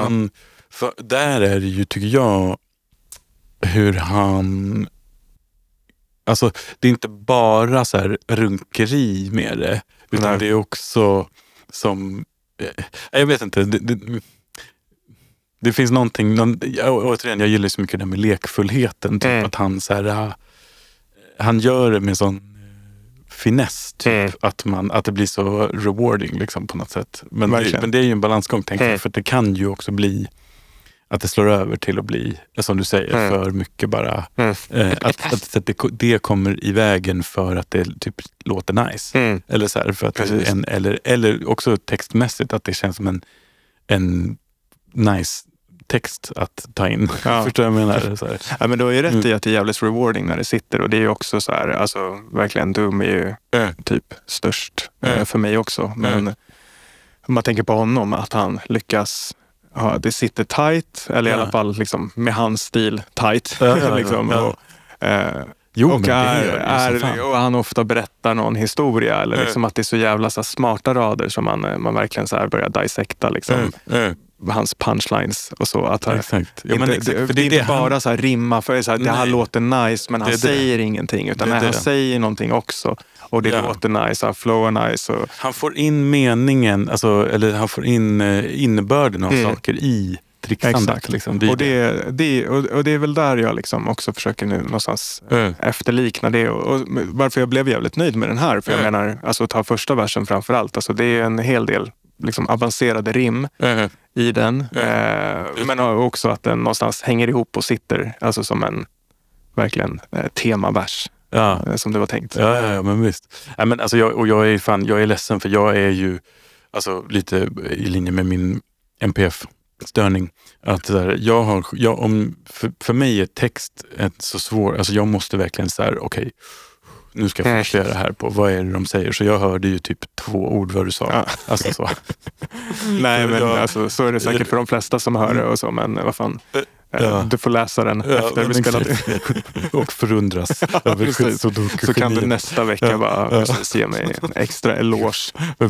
där är det ju, tycker jag, hur han alltså det är inte bara så här runkeri med det, utan det är också som, jag vet inte, det finns någonting, återigen, jag gillar så mycket det med lekfullheten, typ att han så här, han gör det med sån finess typ, att det blir så rewarding liksom på något sätt. Men det är ju en balansgång, tänker jag, för det kan ju också bli att det slår över till att bli, som du säger, för mycket bara. Att det kommer i vägen för att det typ låter nice. Eller så här, för att eller också textmässigt att det känns som en nice text att ta in. Förstår jag menar? Så här. Ja, men då är ju rätt i att det är jävligt rewarding när det sitter, och det är ju också så här, alltså verkligen Doom är ju typ störst för mig också. Men om man tänker på honom, att han lyckas, det sitter tight, eller i alla fall liksom med hans stil tight. Liksom, och han ofta berättar någon historia, eller liksom att det är så jävla så smarta rader som man verkligen så här börjar dissekta liksom. Hans punchlines och så. Att exakt. För det är inte bara så här rimma för så här, det här låter nice, men han säger ingenting, utan han säger någonting också. Och det låter nice, han flowar nice. Och han får in meningen, alltså, eller han får in innebörden av saker i trixandet. Liksom. Och det är väl där jag liksom också försöker nu någonstans efterlikna det. Och varför jag blev jävligt nöjd med den här. För jag menar, alltså ta första versen framförallt. Alltså det är en hel del liksom avancerade rim i den. Men också att den någonstans hänger ihop och sitter alltså som en verkligen temavers. Som det var tänkt. Ja, men visst. Ja, men alltså jag är ledsen, för jag är ju alltså lite i linje med min NPF-störning. Att för mig är text ett så svår, alltså jag måste verkligen så här, okej, nu ska jag fokusera det här på vad är det de säger. Så jag hörde ju typ 2 ord vad du sa. Alltså så. Nej, men alltså, så är det säkert för de flesta som hör det och så, men vad fan. Du får läsa den efter vi spelat in. Och förundras. Så kan du nästa vecka bara se mig en extra eloge.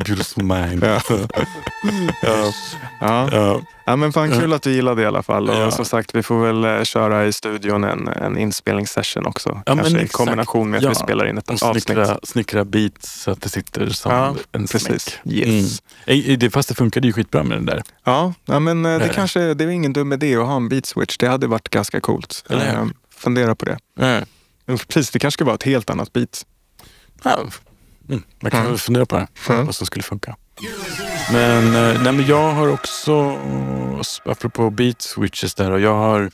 Ja, men fan kul att du gillade det i alla fall. Och som sagt, vi får väl köra i studion en inspelningssession också. Kanske i kombination med att vi spelar in ett avsnitt. Snickra beats så att det sitter som en precis. Yes. Fast det funkade ju skitbra med den där. Ja, men det är ingen dum idé att ha en beat switch. Det hade varit ganska coolt. Fundera på det. Precis, det kanske ska vara ett helt annat beat. Man kan väl fundera på det. Vad som skulle funka. Men jag har också, apropå beat switches där, och jag har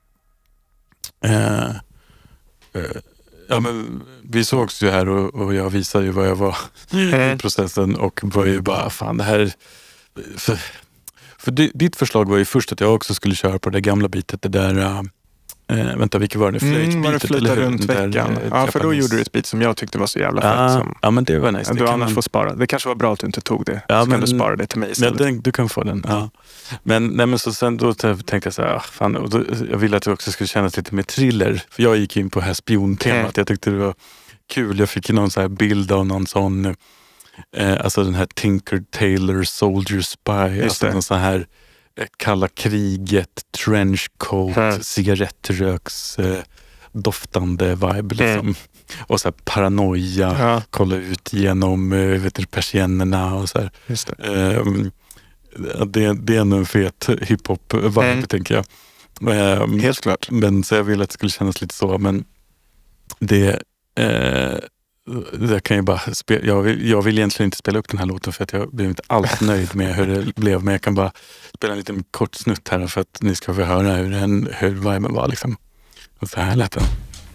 men vi sågs ju här och jag visade ju vad jag var i processen, och var ju bara, fan det här för ditt förslag var ju först att jag också skulle köra på det gamla beatet, det där vänta, vilket var det? Flöjtbeatet, eller runt veckan. För då gjorde du ett beat som jag tyckte var så jävla fett. Ja, men det var nice. Du annars får spara. Det kanske var bra att du inte tog det. Så kan du spara det till mig istället. Du kan få den. Ja. Men så sen då tänkte jag så här, fan, och då, jag ville att det också skulle kännas lite mer thriller. För jag gick in på det här spiontemat. Jag tyckte det var kul. Jag fick någon så här bild av någon sån, alltså den här Tinker Tailor Soldier Spy. Alltså någon sån här kalla kriget, trenchcoat, cigarettröks, doftande vibe liksom. Och så här paranoia, kolla ut genom persiennerna och så här. Just det är ändå en fet hiphop vibe, tänker jag. Helt klart. Men så jag ville att det skulle kännas lite så, men det kan ju bara jag vill egentligen inte spela upp den här låten, för att jag blev inte alls nöjd med hur det blev, men jag kan bara spela en liten kort snutt här för att ni ska få höra hur viben var liksom. Och så här lät den.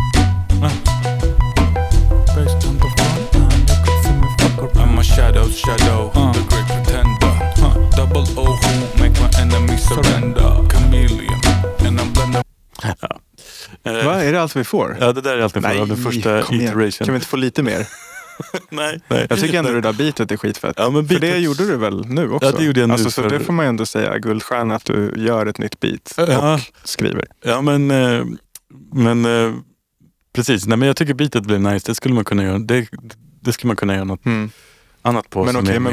I'm a shadow, the great pretender. Double O who make my enemy surrender. Chameleon, and I'm blended. Vad är det allt vi får? Ja, det där är allt vi får av den första iteration. Kan vi inte få lite mer? Nej. Jag tycker ändå det där beatet är skitfett. Ja, men för det gjorde du väl nu också? Ja, det gjorde jag nu. Alltså, så det får man ändå säga, guldstjärna, att du gör ett nytt beat och skriver. Ja, men precis. Nej, men jag tycker beatet blev nice. Det skulle man kunna göra. Det skulle man kunna göra något annat på. Men okej, men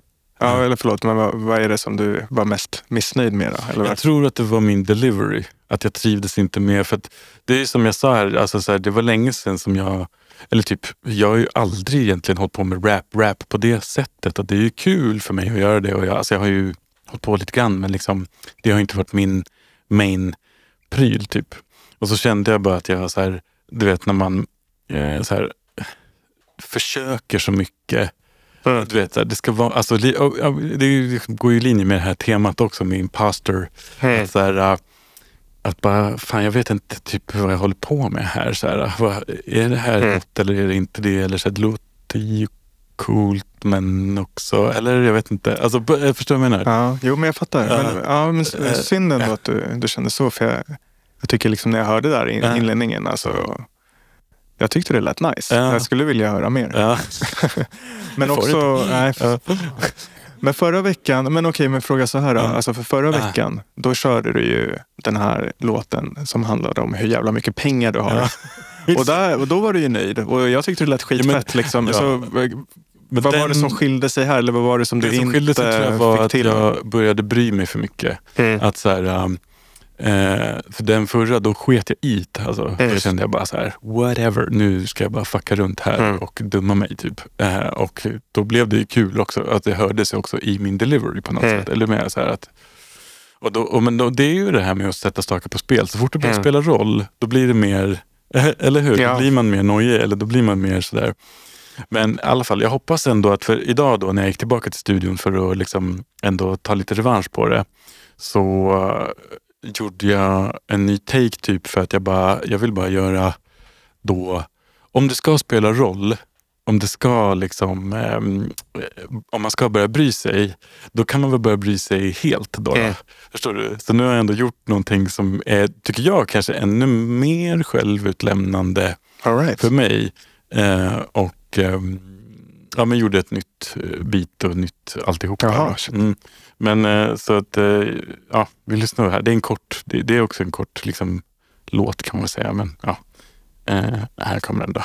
vad är det som du var mest missnöjd med då? Eller jag tror att det var min delivery. att jag trivdes inte med, för att det är som jag sa här, alltså så här, det var länge sedan som jag har ju aldrig egentligen hållit på med rap på det sättet, och det är ju kul för mig att göra det, och jag har ju hållit på lite grann, men liksom det har inte varit min main pryl typ. Och så kände jag bara att jag så här, du vet när man så här försöker så mycket. Du vet, det ska vara, alltså, det går ju i linje med det här temat också med imposter. Att, så här, att bara, fan jag vet inte typ vad jag håller på med här. Så här, är det här något eller är det inte det? Eller så här, det låter ju coolt men också, eller jag vet inte. Alltså, jag förstår vad jag menar. Ja, jo men jag fattar. Men synd ändå att du kände så, för jag tycker liksom när jag hörde där inledningen, alltså jag tyckte det lät nice. Jag skulle vilja höra mer. Ja. Men också, men förra veckan, men fråga så här då. Alltså för förra veckan, då körde du ju den här låten som handlade om hur jävla mycket pengar du har. Och då var du ju nöjd. Och jag tyckte det lät skitfett liksom. Ja. Så, vad var det som skilde sig här? Eller vad var det som du inte skilde sig, tror jag, var fick till? att jag började bry mig för mycket. Att så här, för den förra, då sket jag i det. Alltså, då kände jag bara så här, whatever, nu ska jag bara fucka runt här och dumma mig typ. Och då blev det ju kul också, att det hörde sig också i min delivery på något sätt. Eller mer så här att, men det är ju det här med att sätta saker på spel. Så fort det börjar spela roll, då blir det mer, eller hur? Då blir man mer nojig, eller då blir man mer sådär. Men i alla fall, jag hoppas ändå att för idag då, när jag gick tillbaka till studion för att liksom ändå ta lite revansch på det, så gjorde jag en ny take typ, för att jag vill bara göra då, om det ska spela roll, om det ska liksom, om man ska börja bry sig, då kan man väl börja bry sig helt då. Förstår du? Så nu har jag ändå gjort någonting som är, tycker jag, kanske ännu mer självutlämnande för mig. Och men gjorde ett nytt beat och nytt alltihop. Men så att, vi lyssnar här. Det är en kort, det är också en kort liksom låt kan man säga, men ja. Här kommer den då.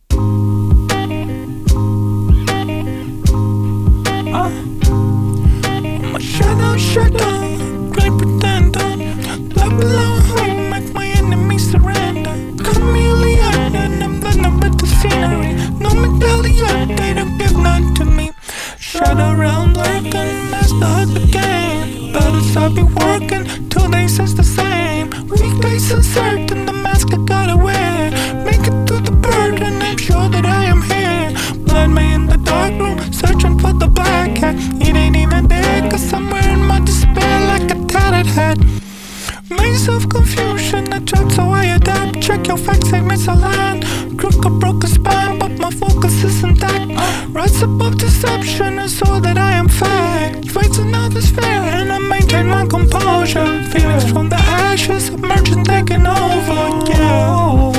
Shadow, great pretender. Love below me, make my enemies surrender. Chameleon, and I'm the number to scenery. No medallion, they don't give none to me. Shadow round like a master of the game. Battles I'll be working, 2 days is the same. Weekdays uncertain, the mask I gotta wear. Make it to the burden, I'm sure that I am here. Blind me in the dark room, searching for the black cat. It ain't even there, cause I'm wearing my despair like a tattered hat. Maze of confusion, I trapped so I adapt. Check your facts, I miss a land. Crook a broken spine, but my focus is intact. Rise above deception, it's all that I am fact. Fate's another sphere, and I maintain my composure. Feelings from the ashes, emerging, taking over, yeah.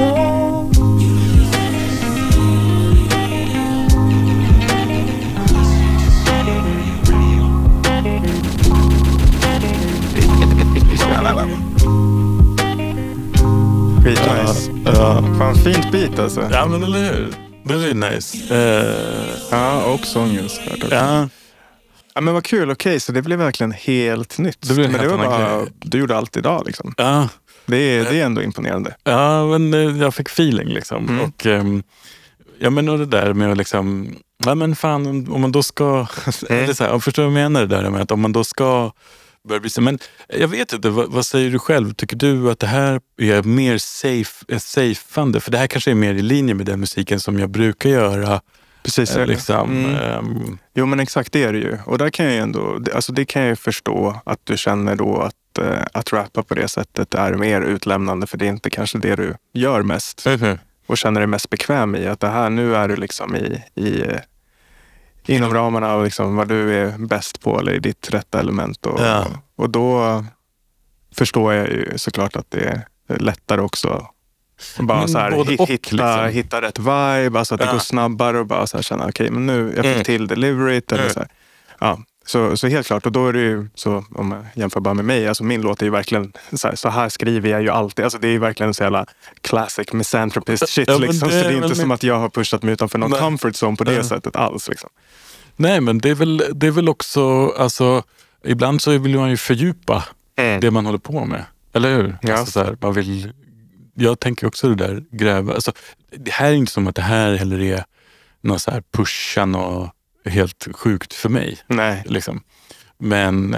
Skitnice. Fan, fint beat alltså. Ja, men eller hur? Det är nice. Och sången såklart också. Ja, men vad kul. Okej, så det blev verkligen helt nytt. Men det var bara, du gjorde allt idag liksom. Ja. Det är ändå imponerande. Ja, men jag fick feeling liksom. Och och det där med att liksom, ja men fan, om man då ska, eller så här, jag förstår vad jag menar det där med att om man då ska börja bli så, men jag vet inte, vad säger du själv? Tycker du att det här är mer safeande? För det här kanske är mer i linje med den musiken som jag brukar göra. Precis. Jo, men exakt, det är det ju. Och där kan jag ändå, alltså det kan jag förstå att du känner då att rappa på det sättet är mer utlämnande, för det är inte kanske det du gör mest. Och känner dig mest bekväm i att det här, nu är du liksom inom ramarna av liksom vad du är bäst på, eller i ditt rätta element. Och då förstår jag ju såklart att det är lättare också. Bara så här, hitta rätt vibe, alltså att det går snabbare och bara så här känna, okej, men nu jag fick till delivery eller så här. Ja, så helt klart. Och då är det ju så, om jag jämför bara med mig, alltså min låt är ju verkligen så här skriver jag ju alltid. Alltså det är ju verkligen så jävla classic misanthropist shit liksom. Så det är inte som att jag har pushat mig utanför någon comfort zone på det sättet alls liksom. Nej, men det är väl också, alltså ibland så vill man ju fördjupa det man håller på med. Eller hur? Ja. Alltså, så här, man vill, jag tänker också det där gräva. Alltså, det här är inte som att det här heller är något så här pushan och helt sjukt för mig. Nej. Liksom. Men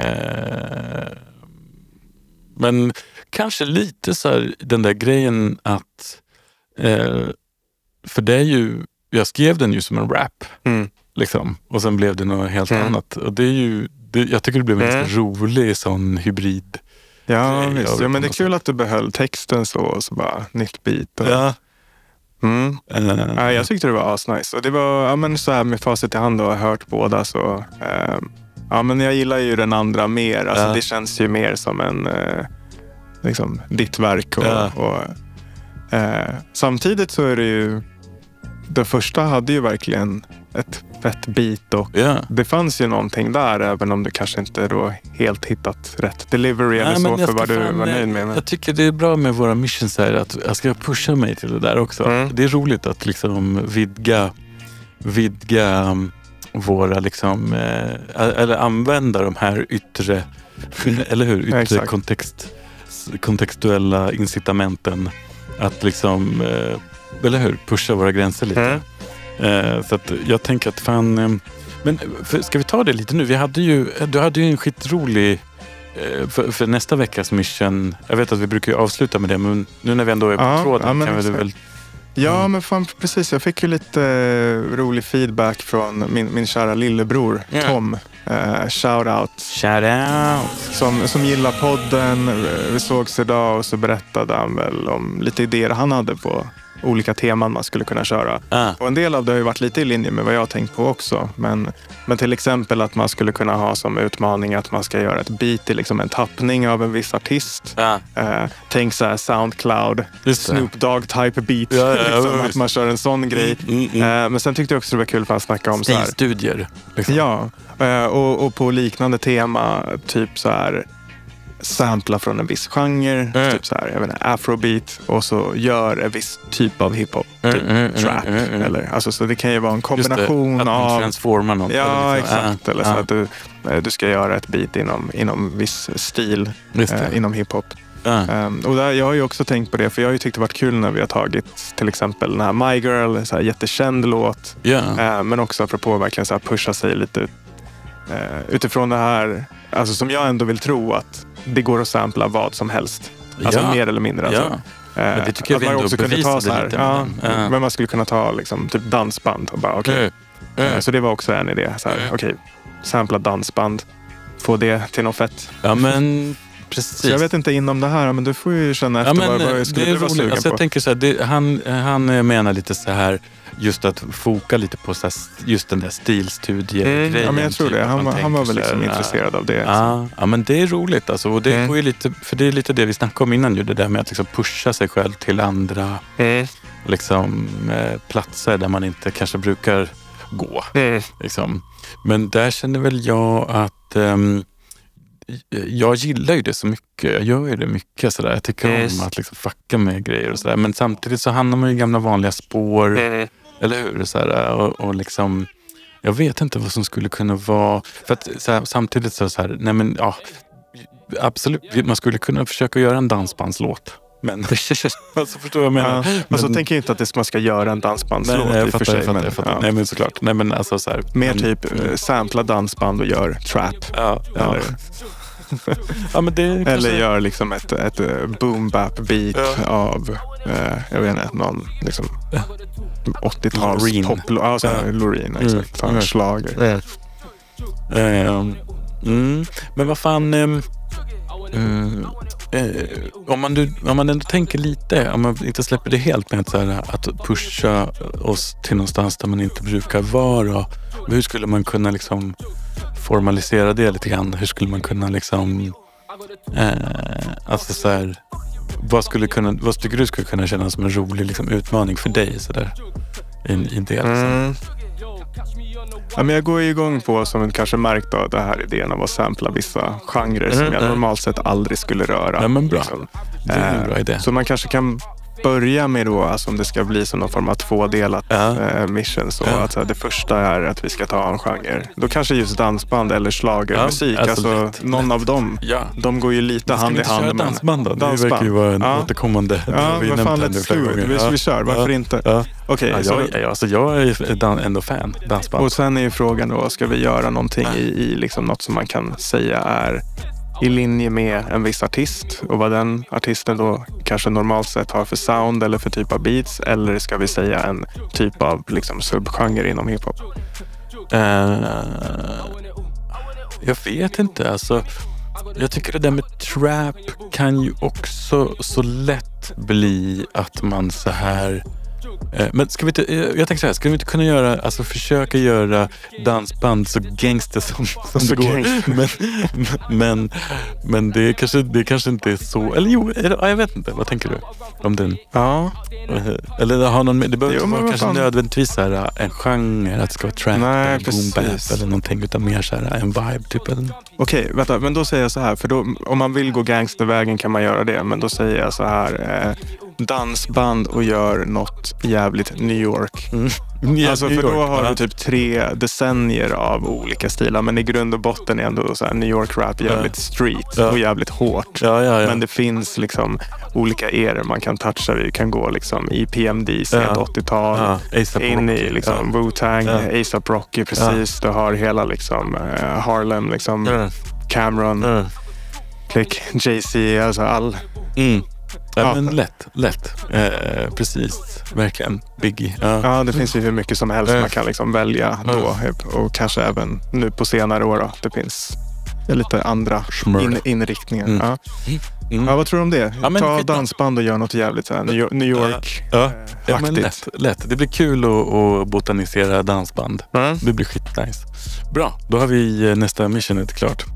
kanske lite så här den där grejen att för det är ju, jag skrev den ju som en rap liksom, och sen blev det något helt annat, och det är ju jag tycker det blev en ganska rolig sån hybrid. Ja, visst. Ja, men det är kul att du behöll texten så bara nytt beat. Och... Ja. Ja, jag tyckte det var asnice. Och det var, ja, men så här med facit i hand och hört båda så... ja, men jag gillar ju den andra mer. Alltså, det känns ju mer som en... liksom, ditt verk. Och samtidigt så är det ju... Det första hade ju verkligen ett fett beat och det fanns ju någonting där, även om du kanske inte då helt hittat rätt delivery eller så för vad du var nöjd med. Jag tycker det är bra med våra missions här, att jag ska pusha mig till det där också. Det är roligt att liksom vidga våra liksom, eller använda de här yttre, eller hur, yttre kontextuella incitamenten att liksom, eller hur, pusha våra gränser lite. Så att jag tänker att fan, men ska vi ta det lite nu? Du hade ju en skitrolig för nästa veckas mission. Jag vet att vi brukar ju avsluta med det, men nu när vi ändå är på tråden kan vi väl... Ja, men fan, precis. Jag fick ju lite rolig feedback från min kära lillebror Tom. Shout out. Som gillar podden. Vi sågs idag och så berättade han väl om lite idéer han hade på olika teman man skulle kunna köra. Och en del av det har ju varit lite i linje med vad jag har tänkt på också. Men till exempel att man skulle kunna ha som utmaning att man ska göra ett beat i liksom en tappning av en viss artist. Tänk så här Soundcloud, Snoop Dogg type beat. Liksom, att man kör en sån grej. Men sen tyckte jag också det var kul för att snacka om stilstudier. Liksom. Ja, och på liknande tema, typ så här sampla från en viss genre, typ så här, jag vet inte, afrobeat, och så gör en viss typ av hiphop, typ trap, eller alltså, så det kan ju vara en kombination att man transformar något. Ja, exakt, eller så att du ska göra ett beat inom viss stil inom hiphop. Och där, jag har ju också tänkt på det, för jag har ju tyckt det varit kul när vi har tagit till exempel den här My Girl, så här jättekänd låt, men också apropå verkligen så här pusha sig lite utifrån det här, alltså som jag ändå vill tro att det går att sampla vad som helst. Alltså mer eller mindre. Alltså. Men det tycker jag vi ändå bevisade lite. Men man skulle kunna ta liksom, typ dansband och bara så det var också en idé. Okej, sampla dansband. Få det till något fett. Ja, men precis. Så jag vet inte inom det här, men du får ju känna efter vad jag skulle vara sugen på. Jag tänker så här, han menar lite så här, just att foka lite på så här, just den där stilstudiegrejen. Ja, men jag tror det. Han var väl liksom intresserad av det. Ja, men det är roligt alltså. Och det går ju lite, för det är lite det vi snackade om innan ju, det där med att liksom pusha sig själv till andra liksom, platser där man inte kanske brukar gå. Liksom. Men där känner väl jag att jag gillar ju det så mycket. Jag gör ju det mycket sådär. Jag tycker om att liksom fucka med grejer och sådär. Men samtidigt så hamnar man i gamla vanliga spår. Eller hur? Sådär. Och liksom, jag vet inte vad som skulle kunna vara. För att såhär, samtidigt så här, nej men ja, absolut. Man skulle kunna försöka göra en dansbandslåt. Men alltså, förstår jag menar. Men så tänker jag inte att man ska göra en dansbandslåt. Nej, jag fattar. Nej, men såklart. Nej, men alltså så här, mer typ sampla dansband och gör trap. Eller, ja, men det eller gör liksom ett boom bap beat av jag vet inte, någon liksom 80-tals pop, Loreen, exakt, slager. Men vad fan, om man ändå tänker lite, om man inte släpper det helt med så här, att pusha oss till någonstans där man inte brukar vara, hur skulle man kunna liksom formalisera det lite grann? Hur skulle man kunna liksom alltså så här, vad tycker du skulle kunna kännas som en rolig liksom, utmaning för dig så där i en del? Ja, men jag går ju igång på, som du kanske märkt av det här idén av att sampla vissa genrer som jag normalt sett aldrig skulle röra. Ja, men bra. Liksom. Det är en bra idé. Så man kanske kan börja med då, alltså om det ska bli som någon form av tvådelat mission, så att så här, det första är att vi ska ta en genre. Då kanske just dansband eller schlagermusik, alltså någon av dem. Ja. De går ju lite hand i hand. Ska vi inte köra dansband då? Det verkar ju vara en återkommande. Ja, vad fan, let's do it. Vi kör, varför inte? Ja. Okej, jag är ändå fan dansband. Och sen är ju frågan då, ska vi göra någonting i liksom något som man kan säga är i linje med en viss artist och vad den artisten då kanske normalt sett har för sound eller för typ av beats, eller ska vi säga en typ av liksom subgenre inom hiphop? Jag vet inte, alltså jag tycker det där med trap kan ju också så lätt bli att man så här. Men ska vi inte, jag tänker så här, ska vi inte kunna göra, alltså försöka göra dansband så gangster som det går. Men det kanske inte är så, eller jo, jag vet inte, vad tänker du om den? Ja. Eller har någon, det behöver inte vara kanske nödvändigtvis så här en genre, att det ska vara trap eller boom bap eller någonting, utan mer så här en vibe typ. Okej, vänta, men då säger jag så här, för då, om man vill gå gangstervägen kan man göra det, men då säger jag så här, dansband och gör något jävligt New York. Alltså för då har du typ 3 decennier av olika stilar, men i grund och botten är ändå så här New York rap jävligt street och jävligt hårt. Men det finns liksom olika eror man kan toucha. Vi kan gå liksom i PMD sent 80-tal in i liksom Wu-Tang, A$AP Rocky, precis. Du har hela liksom Harlem, liksom Cameron, Click, Jay-Z, alltså all. Ja, men lätt. Precis, verkligen. Biggie. Ja, det finns ju hur mycket som helst man kan liksom välja då. Och kanske även nu på senare år då. Det finns lite andra inriktningar. Ja, vad tror du om det? Ta dansband och gör något jävligt så här, New York. Ja, men lätt. Det blir kul att botanisera dansband. Det blir skitnice. Bra, då har vi nästa missionet klart.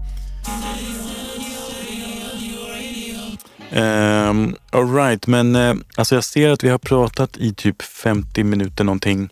All right, men alltså jag ser att vi har pratat i typ 50 minuter någonting.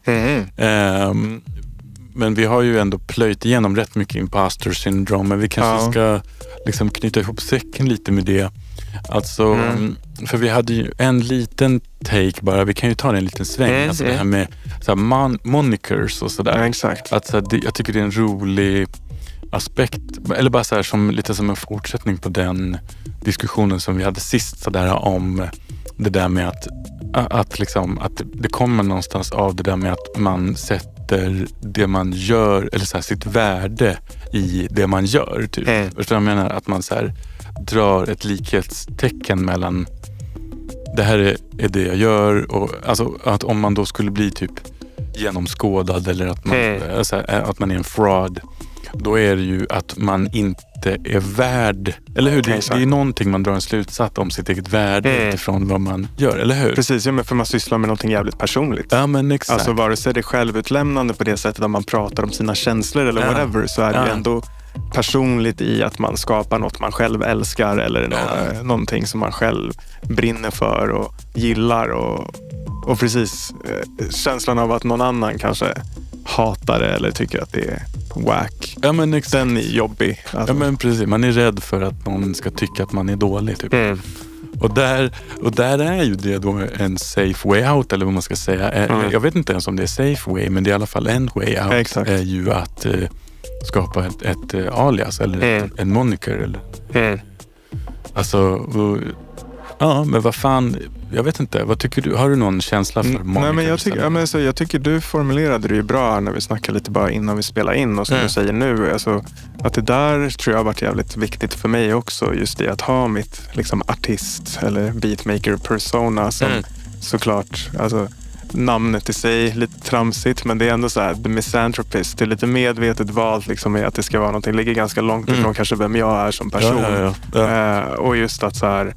Men vi har ju ändå plöjt igenom rätt mycket imposter syndrome, men vi kanske ska liksom knyta ihop säcken lite med det. Alltså, för vi hade ju en liten take bara, vi kan ju ta det en liten sväng. Alltså det här med så här monikers och sådär. Exakt. Att, så här, jag tycker det är en rolig aspekt, eller bara så här som lite som en fortsättning på den diskussionen som vi hade sist så där om det där med att liksom att det kommer någonstans av det där med att man sätter det man gör eller så här, sitt värde i det man gör typ. Förstår jag menar, att man så här drar ett likhetstecken mellan det här är det jag gör, och alltså att om man då skulle bli typ genomskådad eller att man så här, att man är en fraud, då är det ju att man inte är värd, eller hur? Det är någonting man drar en slutsats om sitt eget värde utifrån vad man gör, eller hur? Precis, ja, men för man sysslar med någonting jävligt personligt. Ja, men exakt. Alltså vare sig det är självutlämnande på det sättet att man pratar om sina känslor eller whatever, så är det ju ändå personligt i att man skapar något man själv älskar eller någonting som man själv brinner för och gillar, och precis känslan av att någon annan kanske hatar det eller tycker att det är whack. Ja, men exakt. Den är jobbig. Alltså. Ja, men precis. Man är rädd för att någon ska tycka att man är dålig typ. Och där är ju det då en safe way out, eller vad man ska säga. Jag vet inte ens om det är safe way, men det är i alla fall en way out. Exakt. Är ju att skapa ett alias eller en moniker eller. Alltså ja, men vad fan, jag vet inte. Vad tycker du? Har du någon känsla för monikers? Nej, men jag tycker du formulerade det ju bra här när vi snackade lite bara innan vi spelade in, och som du säger nu, alltså, att det där tror jag har varit jävligt viktigt för mig också, just det att ha mitt liksom artist eller beatmaker persona som såklart, alltså namnet i sig lite tramsigt, men det är ändå så här, The Misanthropist, det är lite medvetet valt liksom, att det ska vara någonting, ligger ganska långt ifrån kanske vem jag är som person. Och just att så här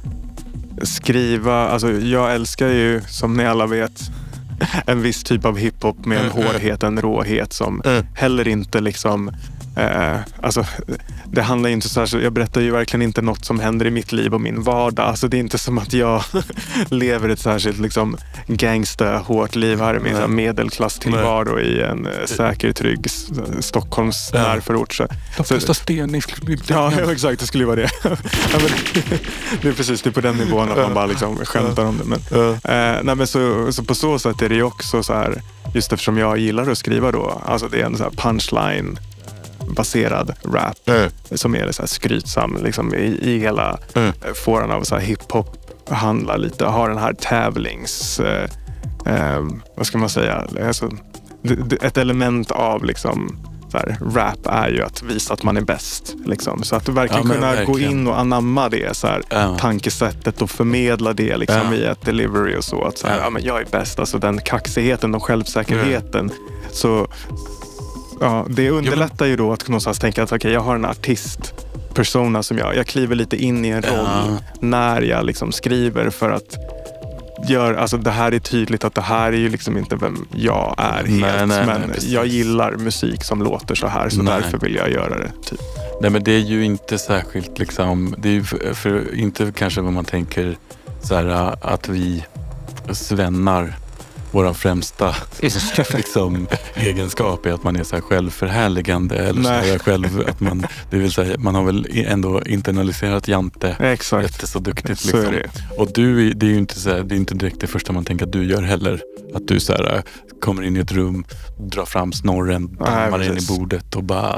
skriva, alltså jag älskar ju, som ni alla vet, en viss typ av hiphop med en hårdhet, en råhet som heller inte liksom Alltså, det handlar inte så här, jag berättar ju verkligen inte något som händer i mitt liv och min vardag. Alltså, det är inte som att jag lever ett särskilt liksom, gangsta, hårt liv här i min medelklass tillvaro i en säker, trygg Stockholms närförort. Första sten. Ja, exakt, det skulle ju vara det. Ja, men, det är precis det är på den nivån att man bara liksom skämtar om det. Men, nej, men så på så sätt är det ju också så här, just eftersom jag gillar att skriva då, alltså det är en så här punchline baserad rap som är så här skrytsam liksom, i hela fåran av så här hiphop handlar lite, har den här tävlings vad ska man säga, alltså, ett element av liksom så här, rap är ju att visa att man är bäst liksom. Så att du verkligen kunna gå in och anamma det så här, tankesättet och förmedla det liksom, i ett delivery och så att så här, ja, men jag är bäst, alltså den kaxigheten och självsäkerheten. Så ja, det underlättar ju då att någonstans tänka att okej, jag har en artist-persona som jag kliver lite in i en roll när jag liksom skriver för att alltså det här är tydligt att det här är ju liksom inte vem jag är helt, men jag gillar musik som låter så här, så därför vill jag göra det typ. Nej, men det är ju inte särskilt liksom, det är ju för inte kanske vad man tänker så här, att vi svennar våra främsta liksom, egenskap är att man är så här självförhärligande eller så här själv, att man, det vill säga, man har väl ändå internaliserat Jante. Exakt. Jätte så duktigt Så liksom. är det. Och du, det är ju inte så här, det är inte direkt det första man tänker att du gör heller, att du så här kommer in i ett rum, drar fram snorren, dammar in i bordet och bara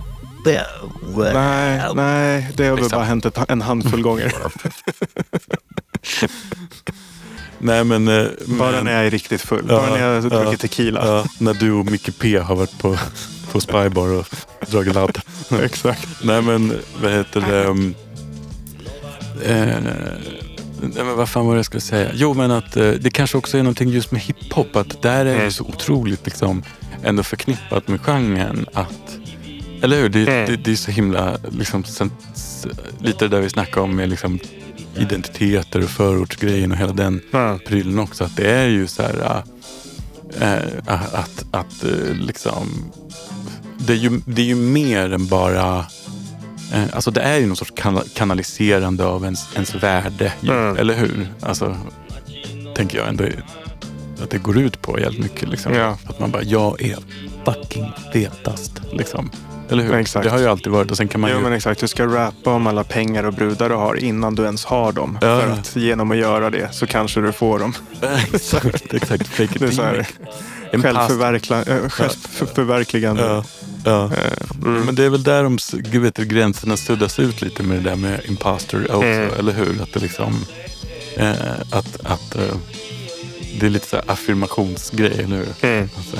nej, det har väl bara hänt en handfull gånger. Nej, men bara när jag är riktigt full. Bara när jag druckit tequila. Ja, när du och Micke P har varit på Spybar och dragit ladd. Exakt. Nej, men vad heter det? Men vad fan var det jag skulle säga? Jo, men att det kanske också är någonting just med hiphop, att där är det så otroligt liksom ändå förknippat med genren att, eller hur? Det är så himla liksom, lite det där vi snackar om med liksom identiteter och förortsgrejen och hela den prylen också, att det är ju så här att liksom det är ju mer än bara alltså det är ju någon sorts kanaliserande av ens värde, eller hur? Alltså tänker jag ändå att det går ut på jävligt mycket liksom, att man bara, jag är fucking fetast liksom. Eller hur? Exakt. Det har ju alltid varit, och sen kan man men exakt, du ska rappa om alla pengar och brudar du har innan du ens har dem. För att genom att göra det så kanske du får dem. exakt. Fake it. Det är så här, självförverkligande. Men det är väl där gränserna suddas ut lite med det där med imposter också, eller hur? Att det liksom att det är lite så här affirmationsgrej, eller hur? Alltså.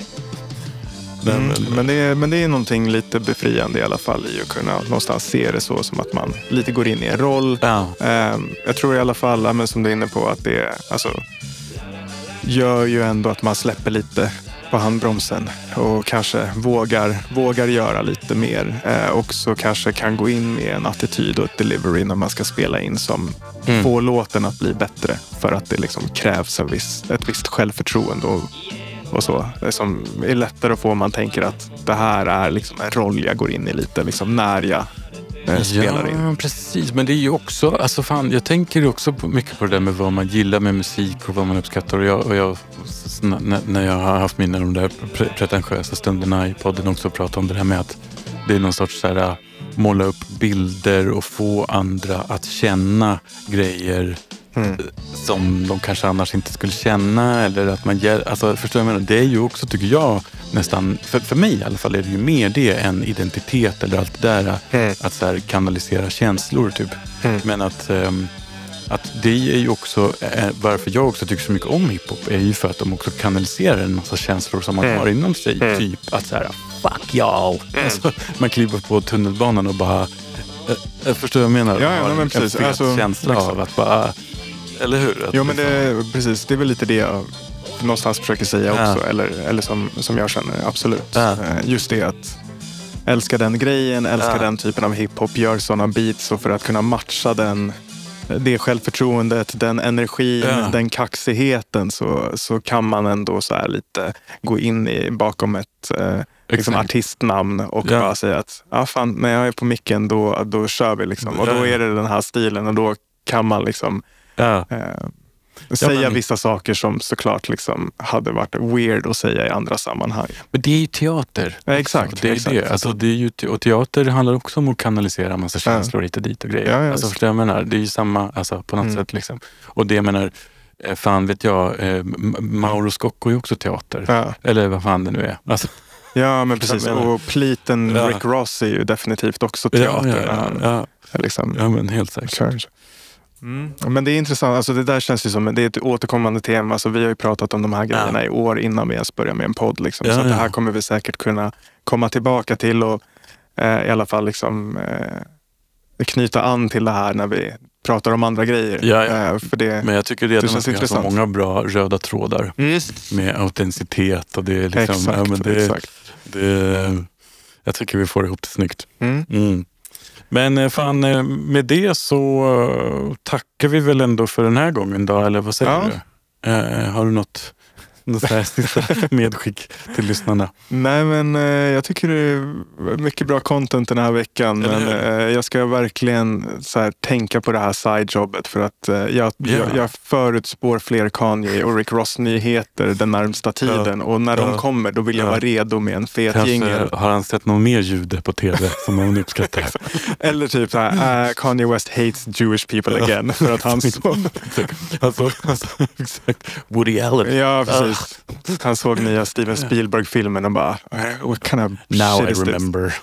Men det är någonting lite befriande i alla fall i att kunna någonstans se det så som att man lite går in i en roll. Jag tror i alla fall, men som du är inne på, att det alltså, gör ju ändå att man släpper lite på handbromsen och kanske vågar göra lite mer. Och så kanske kan gå in med en attityd och ett delivery när man ska spela in som får låten att bli bättre, för att det liksom krävs ett visst självförtroende och så. Det som är lättare att få om man tänker att det här är liksom en roll jag går in i lite liksom när jag spelar in. Ja, precis. Men det är ju också, alltså fan, jag tänker också mycket på det där med vad man gillar med musik och vad man uppskattar. Och jag när jag har haft mina de där pretentiösa stunderna i podden också pratat om det här med att det är någon sorts så här, måla upp bilder och få andra att känna grejer som de kanske annars inte skulle känna, eller att man alltså, förstår jag menar, det är ju också, tycker jag, nästan, för mig i alla fall, är det ju mer det än identitet eller allt det där, att så här kanalisera känslor typ. Men att det är ju också varför jag också tycker så mycket om hiphop, är ju för att de också kanaliserar en massa känslor som man har inom sig, typ att så här, fuck y'all, alltså, man kliver på tunnelbanan och bara jag förstår vad jag menar. Ja, men precis. En alltså, känsla av att bara, eller hur? Jo, men precis. Det är väl lite det jag någonstans försöker säga också. Eller som jag känner, absolut. Just det att älska den grejen, älska den typen av hiphop, gör sådana beats, och för att kunna matcha den det självförtroendet, den energin, den kaxigheten så kan man ändå så här lite gå in bakom ett liksom artistnamn och bara säga att fan, när jag är på micken då kör vi liksom. Och då är det den här stilen och då kan man liksom säga vissa saker som såklart liksom hade varit weird att säga i andra sammanhang. Men det är ju teater. Ja, exakt. Det är det. Alltså, det är ju, och teater handlar också om att kanalisera massa känslor hit och dit och grejer. Ja, alltså, förstår jag menar? Det är ju samma alltså, på något sätt. Liksom. Och det jag menar, fan vet jag, Mauro Scocco är också teater. Ja. Eller vad fan det nu är. Alltså, ja, men precis. Och pliten Rick Ross är ju definitivt också teater. Liksom. Ja, men helt säkert. Men det är intressant, alltså det där känns ju som det är ett återkommande tema, alltså vi har ju pratat om de här grejerna i år innan vi ens börjar med en podd liksom. Så att det här kommer vi säkert kunna komma tillbaka till och i alla fall liksom knyta an till det här när vi pratar om andra grejer. För det, men jag tycker det känns intressant. Så många bra röda trådar med autenticitet och det är liksom, exakt. Jag tycker vi får ihop det snyggt. Men fan, med det så tackar vi väl ändå för den här gången då, eller vad säger du? Har du något sista medskick till lyssnarna? Nej, men jag tycker det är mycket bra content den här veckan. Men jag ska verkligen så här, tänka på det här sidejobbet för att jag förutspår fler Kanye och Rick Ross-nyheter den närmsta tiden. Och när de kommer, då vill jag vara redo med en fet jingel. Har han sett någon mer ljud på tv som han uppskattar? Eller typ så här, Kanye West hates Jewish people again. För att han såg... alltså, exakt. Woody Allen. Ja, precis. Han såg nya Steven Spielberg-filmen och bara, what kind of Now shit I remember.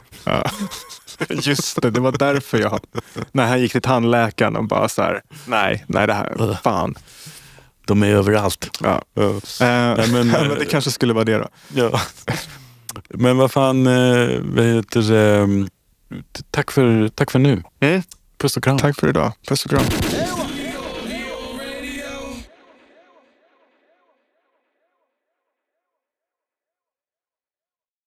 Just det var därför när han gick till tandläkaren och bara så här, nej det här, fan. De är överallt. Men det kanske skulle vara det då. Ja. Men vad fan, tack för nu. Puss och kram. Tack för idag. Puss och kram.